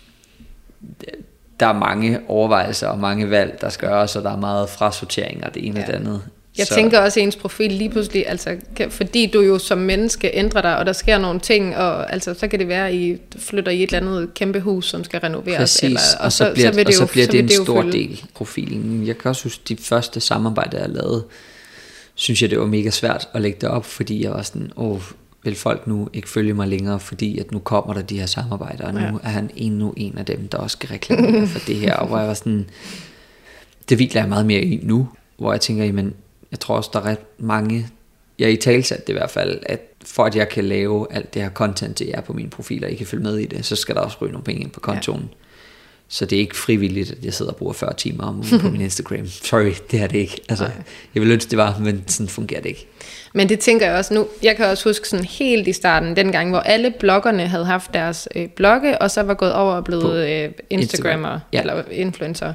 der er mange overvejelser og mange valg, der skal gøres, og der er meget frasortering og det ene og det andet. Jeg tænker også, at ens profil lige pludselig, altså, fordi du jo som menneske ændrer dig, og der sker nogle ting, og altså, så kan det være, at I flytter i et eller andet kæmpe hus, som skal renoveres. Præcis, eller, og så bliver det en stor del af profilen. Jeg kan også huske, de første samarbejder, jeg lavede, synes jeg, det var mega svært at lægge det op, fordi jeg var sådan, vil folk nu ikke følge mig længere, fordi at nu kommer der de her samarbejder, og nu er han endnu en af dem, der også skal reklamere for det her, og hvor jeg var sådan, det hviler jeg meget mere i nu, hvor jeg tænker, jamen, jeg tror også, der er ret mange, jeg i talsat det i hvert fald, at for at jeg kan lave alt det her content til jer på mine profiler, I kan følge med i det, så skal der også ryge nogle penge ind på kontoen. Så det er ikke frivilligt, at jeg sidder og bruger 40 timer om ugen på min Instagram. Sorry, det er det ikke. Altså, jeg ville ønske, det var, men sådan fungerer det ikke. Men det tænker jeg også nu. Jeg kan også huske sådan helt i starten, dengang, hvor alle bloggerne havde haft deres blogge, og så var gået over og blevet Instagrammer eller influencer.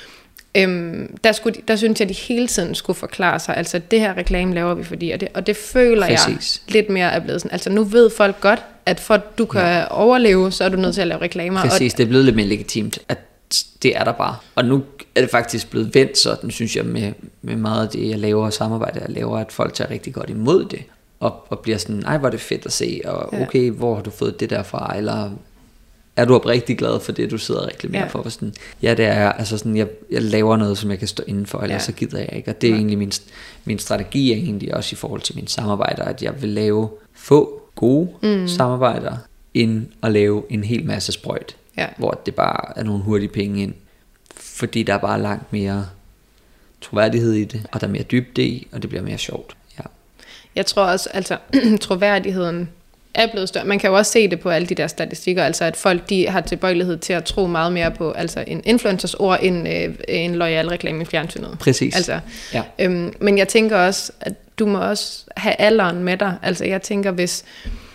Der synes jeg, de hele tiden skulle forklare sig, altså det her reklame laver vi fordi, og det føler jeg lidt mere er blevet sådan, altså nu ved folk godt, at for at du kan overleve, så er du nødt til at lave reklamer. Præcis, det er blevet lidt mere legitimt, at det er der bare. Og nu er det faktisk blevet vendt sådan, synes jeg, med meget af det, jeg laver og samarbejde, jeg laver, at folk tager rigtig godt imod det, og bliver sådan, nej, hvor er det fedt at se, og okay, hvor har du fået det der fra, eller er du oprigtig glad for det, du sidder og reklamerer for? Sådan, ja, det er altså sådan, jeg laver noget, som jeg kan stå inden for, ellers så gider jeg ikke. Og det er egentlig min strategi er egentlig også i forhold til mine samarbejder, at jeg vil lave få gode samarbejder, end at lave en hel masse sprøjt, hvor det bare er nogle hurtige penge ind. Fordi der er bare langt mere troværdighed i det, og der er mere dybde i, og det bliver mere sjovt. Ja. Jeg tror også, altså troværdigheden er blevet større. Man kan jo også se det på alle de der statistikker, altså at folk de har tilbøjelighed til at tro meget mere på altså en influencers ord end en loyal reklame i fjernsynet. Præcis. Altså, ja. Men jeg tænker også, at du må også have alderen med dig. Altså jeg tænker, hvis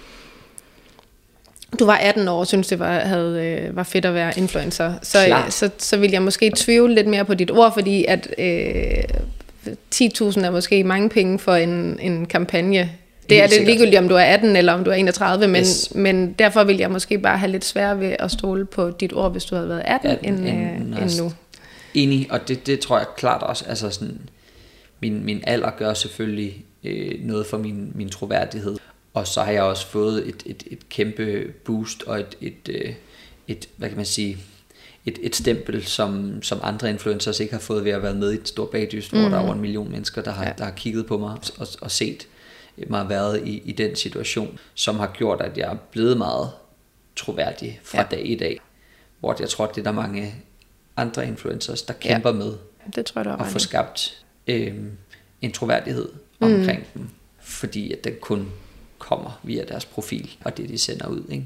du var 18 år og synes det var fedt at være influencer, så vil jeg måske tvivle lidt mere på dit ord, fordi at 10.000 er måske mange penge for en kampagne. Det er det ligegyldigt, om du er 18 eller om du er 31, men derfor vil jeg måske bare have lidt svært ved at stole på dit ord, hvis du havde været 18 end nu. Enig, og det tror jeg klart også, altså sådan, min alder gør selvfølgelig noget for min troværdighed, og så har jeg også fået et kæmpe boost og et hvad kan man sige, et stempel, som andre influencers ikke har fået ved at være med i et stort bagdyst, hvor der er over 1 million mennesker, der har kigget på mig og set mig været i den situation, som har gjort, at jeg er blevet meget troværdig fra dag i dag, hvor jeg tror, at det er der mange andre influencers, der kæmper med det tror jeg, at få skabt en troværdighed omkring dem, fordi at den kun kommer via deres profil og det de sender ud, ikke?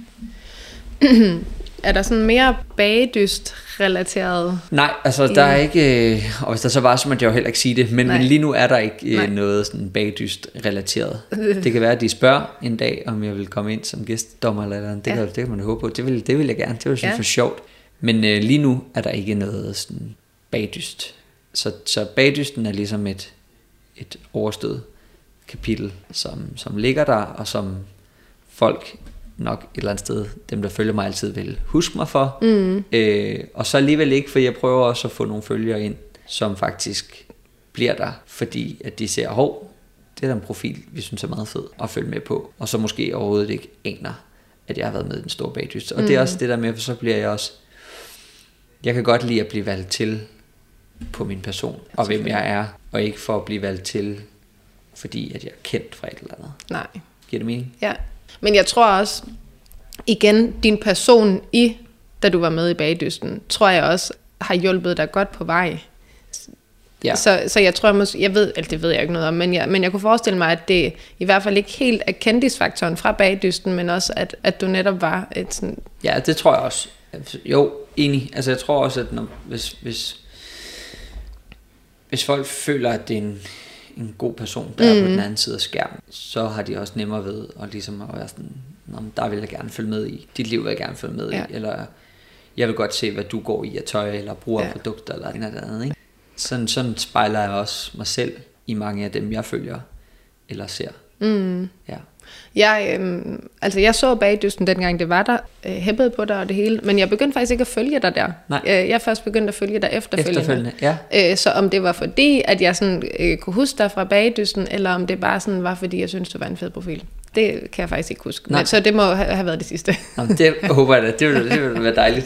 Er der sådan mere bagdyst relateret? Nej, altså der er ikke, og hvis der så var, så må jeg jo heller ikke sige det, men lige nu er der ikke noget sådan bagdyst relateret. Det kan være, at de spørger en dag, om jeg vil komme ind som gæstdommer eller andet. Det kan man håbe på. Det vil jeg gerne. Det vil jeg synes for sjovt. Men lige nu er der ikke noget sådan bagdyst. Så bagdysten er ligesom et overstået kapitel, som ligger der, og som folk nok et eller andet sted, dem der følger mig altid vil huske mig for. Og så alligevel ikke, for jeg prøver også at få nogle følgere ind, som faktisk bliver der, fordi at de ser, det er der en profil, vi synes er meget fed at følge med på, og så måske overhovedet ikke aner, at jeg har været med i den store bagdyst. Og det er også det der med, for så bliver jeg også, jeg kan godt lide at blive valgt til på min person, og hvem jeg er, og ikke for at blive valgt til, fordi at jeg er kendt fra et eller andet. Nej. Giver det mening? Ja. Men jeg tror også, igen, din person da du var med i bagdysten, tror jeg også har hjulpet dig godt på vej. Ja. Så jeg tror måske, det ved jeg ikke noget om, men jeg kunne forestille mig, at det i hvert fald ikke helt er kendisfaktoren fra bagdysten, men også at du netop var et sådan... Ja, det tror jeg også. Jo, enig. Altså jeg tror også, at hvis folk føler, at det er en god person, der er på den anden side af skærmen, så har de også nemmere ved at ligesom at være sådan, der vil jeg gerne følge med i, dit liv vil jeg gerne følge med i, eller jeg vil godt se, hvad du går i af tøj, eller bruger produkter, eller noget andet, ikke? Sådan spejler jeg også mig selv i mange af dem, jeg følger, eller ser. Ja. Jeg så bagdysten dengang det var der, hæppede på dig og det hele, men jeg begyndte faktisk ikke at følge dig der. Jeg er først begyndt at følge dig efterfølgende. Ja. Så om det var fordi, at jeg sådan, kunne huske dig fra bagdysten, eller om det bare sådan var fordi, jeg synes du var en fed profil. Det kan jeg faktisk ikke huske. Men, så det må have været det sidste. Jamen, det håber jeg da. Det ville være dejligt.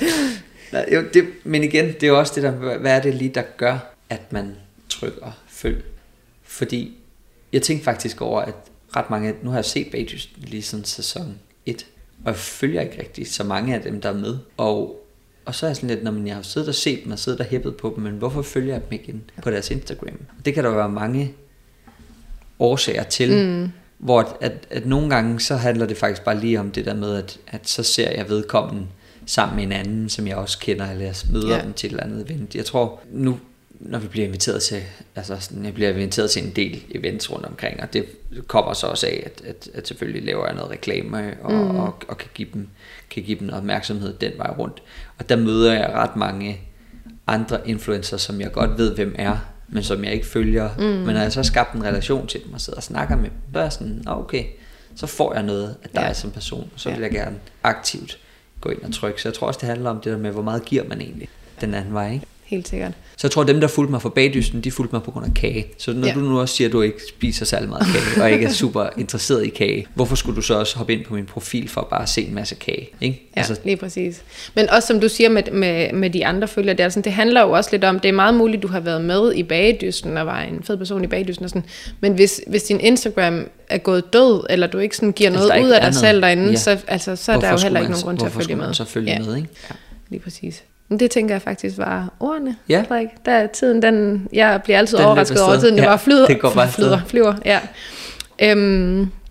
Men igen, det er jo også det der, hvad er det lige, der gør, at man trykker følg? Fordi jeg tænkte faktisk over, at ret mange, nu har jeg set bagdysten lige siden sæson 1, og jeg følger ikke rigtig så mange af dem, der er med. Og så er jeg sådan lidt, når jeg har siddet og set dem, og siddet og hæppet på dem, men hvorfor følger jeg dem ikke ind på deres Instagram? Det kan der være mange årsager til, hvor at nogle gange, så handler det faktisk bare lige om det der med, at så ser jeg vedkommende sammen med en anden, som jeg også kender, eller jeg møder dem til et eller andet event. Jeg tror, nu når vi bliver inviteret til, altså sådan, jeg bliver inviteret til en del events rundt omkring, og det kommer så også af, at selvfølgelig laver jeg noget reklame, og kan give dem noget opmærksomhed den vej rundt. Og der møder jeg ret mange andre influencer, som jeg godt ved, hvem er, men som jeg ikke følger. Men når jeg så har skabt en relation til dem, og sidder og snakker med dem, så er jeg sådan, okay, så får jeg noget af dig som person, og så vil jeg gerne aktivt gå ind og trykke. Så jeg tror også, det handler om det der med, hvor meget giver man egentlig den anden vej, ikke? Helt sikkert. Så jeg tror, at dem, der fulgte mig for bagdysten, de fulgte mig på grund af kage. Så når du nu også siger, at du ikke spiser særlig meget kage, og ikke er super interesseret i kage, hvorfor skulle du så også hoppe ind på min profil for at bare se en masse kage? Ikke? Ja, lige præcis. Men også som du siger med de andre følgere, det handler jo også lidt om, det er meget muligt, du har været med i bagdysten, og var en fed person i bagdysten og sådan. Men hvis din Instagram er gået død, eller du ikke sådan giver noget ud af dig selv derinde, så er der jo heller ikke nogen grund til at følge med. Hvorfor skulle man så følge med, ikke? Ja, lige præcis. Det tænker jeg faktisk var ordene. Ja. Frederik. Der er tiden, jeg bliver altid overrasket over tiden, det var flyver. Ja.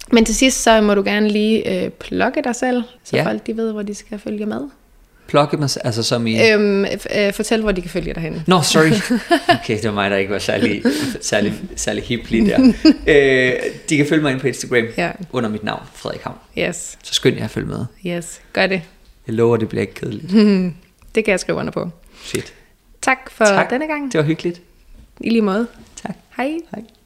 Men til sidst, så må du gerne lige plukke dig selv, så folk de ved, hvor de skal følge med. Plukke mig, altså som i... Fortæl, hvor de kan følge dig hen. Nå, sorry. Okay, det var mig, der ikke var særlig hip lige der. De kan følge mig ind på Instagram under mit navn, Frederik Havn. Yes. Så skynd jer at følge med. Yes, gør det. Jeg lover, det bliver ikke kedeligt. Det kan jeg skrive under på. Fedt. Tak for denne gang. Det var hyggeligt. I lige måde. Tak. Hej. Hej.